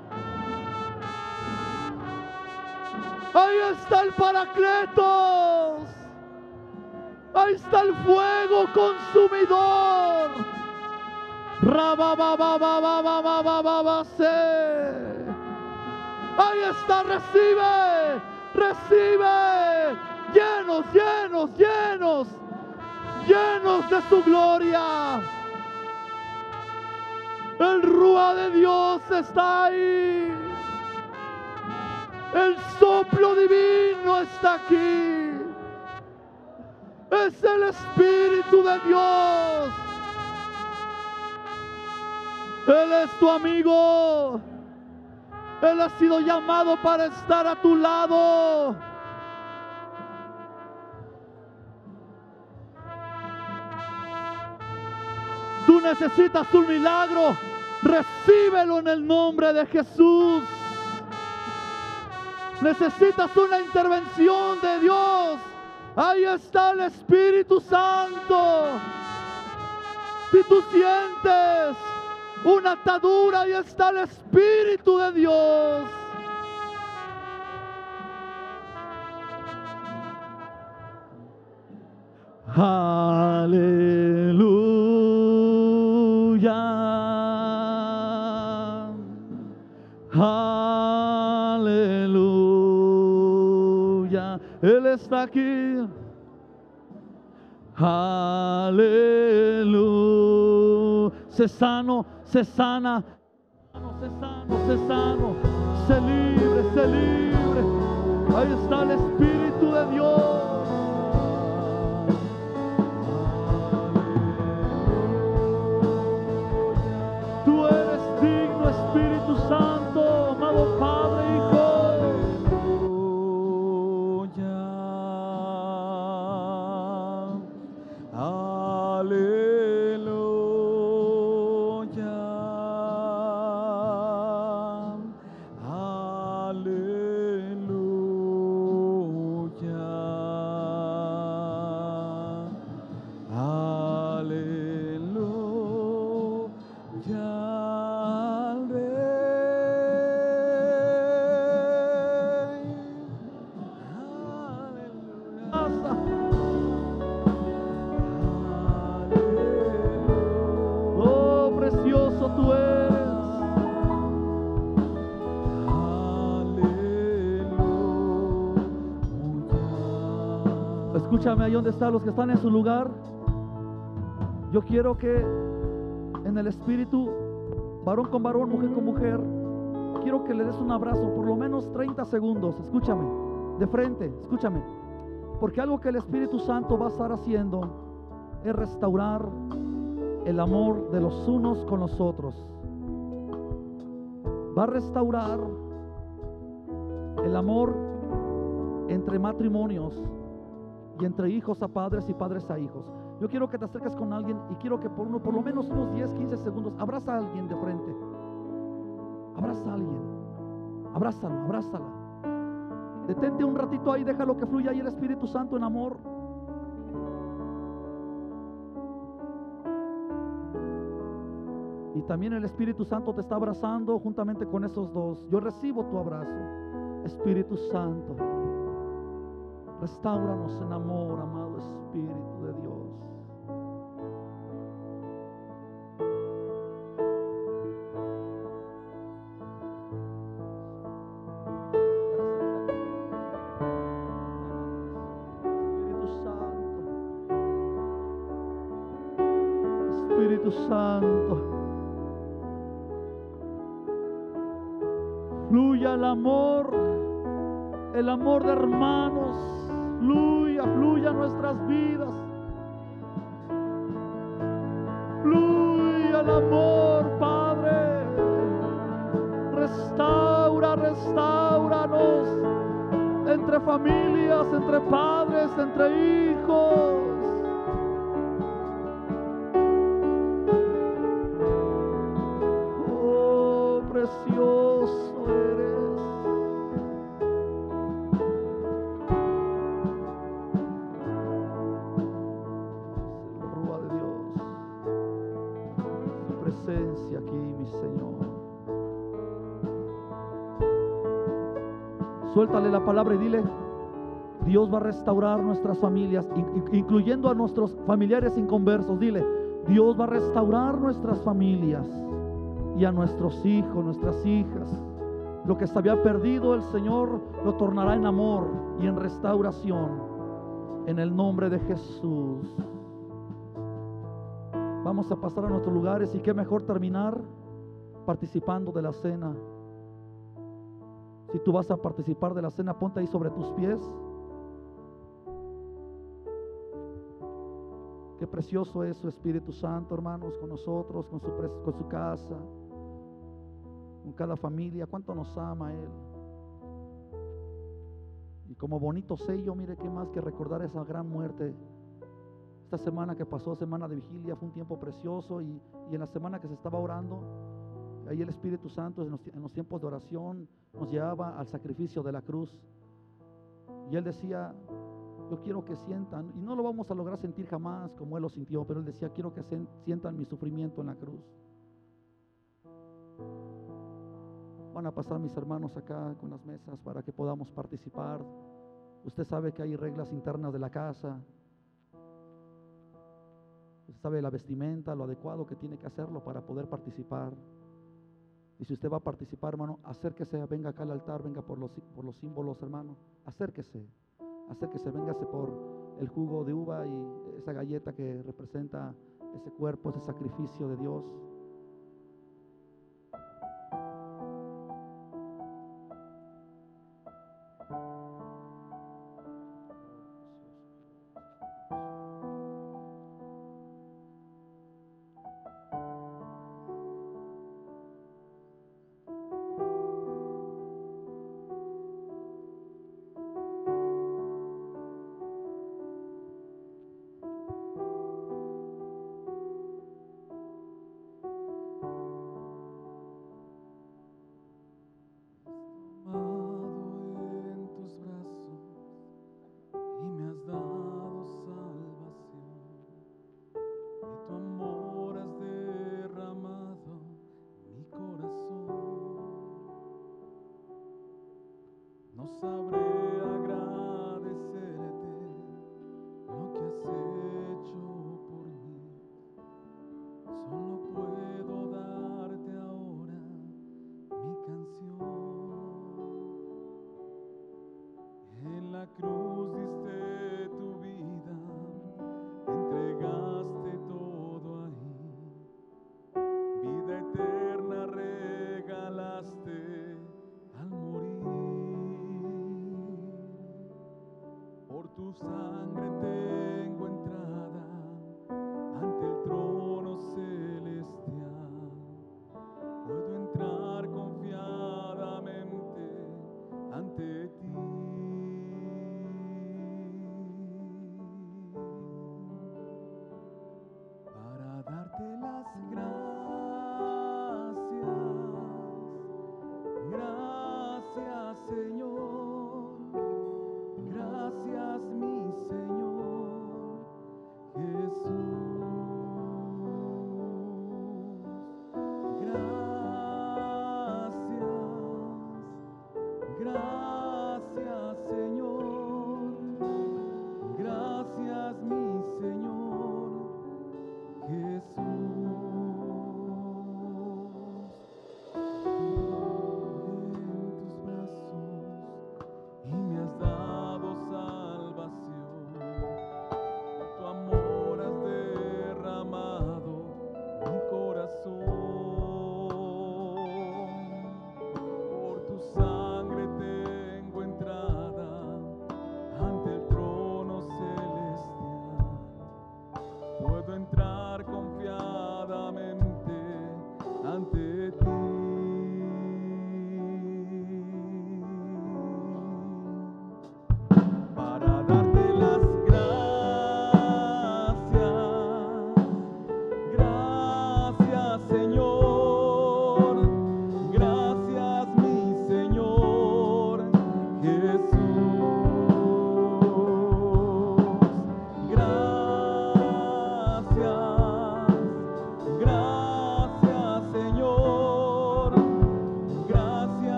S1: Ahí está el Paracletos. Ahí está el fuego consumidor. Ahí está, recibe, recibe. Llenos, llenos, llenos, llenos de su gloria. El Ruá de Dios está ahí. El soplo divino está aquí. Es el Espíritu de Dios. Él es tu amigo. Él ha sido llamado para estar a tu lado. Tú necesitas un milagro. Recíbelo en el nombre de Jesús. Necesitas una intervención de Dios. Ahí está el Espíritu Santo. Si tú sientes una atadura, ahí está el Espíritu de Dios. Aleluya. Aleluya. Él está aquí. Aleluya. Sé sano, sé sana. Sé sano, sé sano. Sé libre, sé libre. Ahí está el Espíritu de Dios. Tú eres digno, Espíritu Santo, amado Padre, Hijo. Oh, precioso tú eres. Escúchame ahí donde están los que están en su lugar. Yo quiero que en el Espíritu, varón con varón, mujer con mujer, quiero que le des un abrazo, por lo menos 30 segundos. Escúchame, de frente, escúchame. Porque algo que el Espíritu Santo va a estar haciendo es restaurar el amor de los unos con los otros. Va a restaurar el amor entre matrimonios y entre hijos a padres y padres a hijos. Yo quiero que te acerques con alguien y quiero que por lo menos unos 10, 15 segundos abraza a alguien de frente. Abraza a alguien. Abrázalo, abrázala. Detente un ratito ahí, déjalo que fluya ahí el Espíritu Santo en amor. Y también el Espíritu Santo te está abrazando juntamente con esos dos. Yo recibo tu abrazo, Espíritu Santo. Restáuranos en amor, amado Espíritu de Dios. Santo. Fluya el amor de hermanos, fluya nuestras vidas. Fluya el amor, Padre. Restauranos entre familias, entre padres, entre hijos. Oh, precioso eres. Rúa de Dios, su presencia aquí, mi Señor. Suéltale la palabra y dile: Dios va a restaurar nuestras familias, incluyendo a nuestros familiares inconversos. Dile: Dios va a restaurar nuestras familias y a nuestros hijos, nuestras hijas. Lo que se había perdido, el Señor lo tornará en amor y en restauración, en el nombre de Jesús. Vamos a pasar a nuestros lugares, y qué mejor terminar participando de la cena. Si tú vas a participar de la cena, ponte ahí sobre tus pies. Qué precioso es su Espíritu Santo, hermanos, con nosotros, con su casa, con cada familia. Cuánto nos ama Él. Y como bonito sello, mire qué más que recordar esa gran muerte. Esta semana que pasó, semana de vigilia, fue un tiempo precioso, y en la semana que se estaba orando, ahí el Espíritu Santo en los tiempos de oración nos llevaba al sacrificio de la cruz. Y Él decía: yo quiero que sientan, y no lo vamos a lograr sentir jamás como Él lo sintió, pero Él decía: quiero que sientan mi sufrimiento en la cruz. Van a pasar mis hermanos acá con las mesas para que podamos participar. Usted sabe que hay reglas internas de la casa. Usted sabe la vestimenta, lo adecuado que tiene que hacerlo para poder participar. Y si usted va a participar, hermano, acérquese, venga acá al altar, venga por los símbolos, hermano. Acérquese, véngase por el jugo de uva y esa galleta que representa ese cuerpo, ese sacrificio de Dios.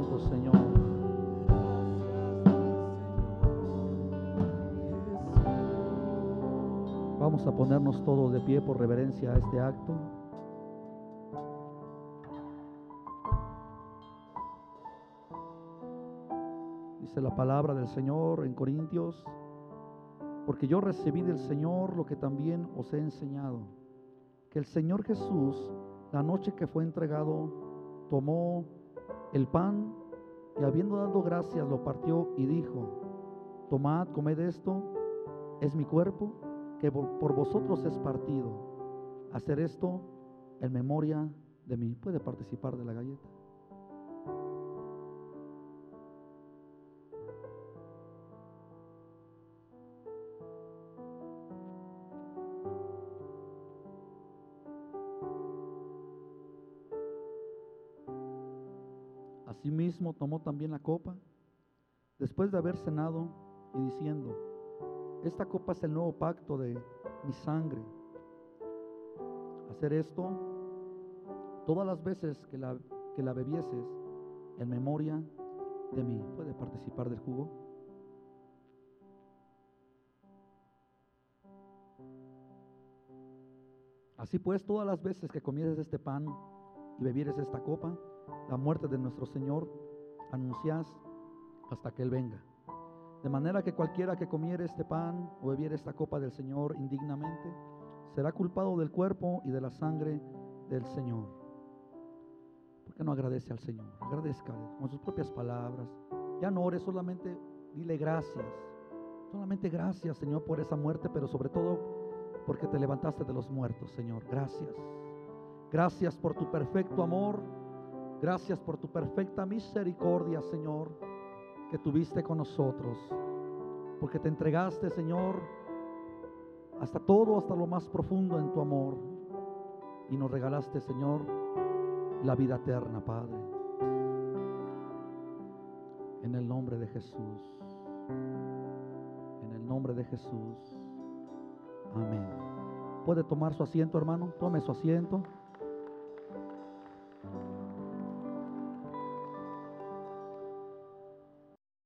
S1: santo, Señor. Vamos a ponernos todos de pie por reverencia a este acto. Dice la palabra del Señor en Corintios: porque yo recibí del Señor lo que también os he enseñado, que el Señor Jesús, la noche que fue entregado, tomó el pan y habiendo dado gracias lo partió y dijo: tomad, comed esto, es mi cuerpo que por vosotros es partido. Hacer esto en memoria de mí. Puede participar de la galleta. Asimismo tomó también la copa, después de haber cenado, y diciendo: esta copa es el nuevo pacto de mi sangre. Hacer esto todas las veces que la bebieses en memoria de mí. Puede participar del jugo. Así pues, todas las veces que comieres este pan y bebieres esta copa, la muerte de nuestro Señor anunciás hasta que Él venga. De manera que cualquiera que comiere este pan o bebiere esta copa del Señor indignamente, será culpado del cuerpo y de la sangre del Señor. ¿Por qué no agradece al Señor? Agradezcale con sus propias palabras. Ya no ores, solamente dile gracias. Solamente gracias, Señor, por esa muerte, pero sobre todo porque te levantaste de los muertos, Señor. Gracias. Gracias por tu perfecto amor. Gracias por tu perfecta misericordia, Señor, que tuviste con nosotros. Porque te entregaste, Señor, hasta todo, hasta lo más profundo en tu amor. Y nos regalaste, Señor, la vida eterna, Padre. En el nombre de Jesús. En el nombre de Jesús. Amén. ¿Puede tomar su asiento, hermano? Tome su asiento.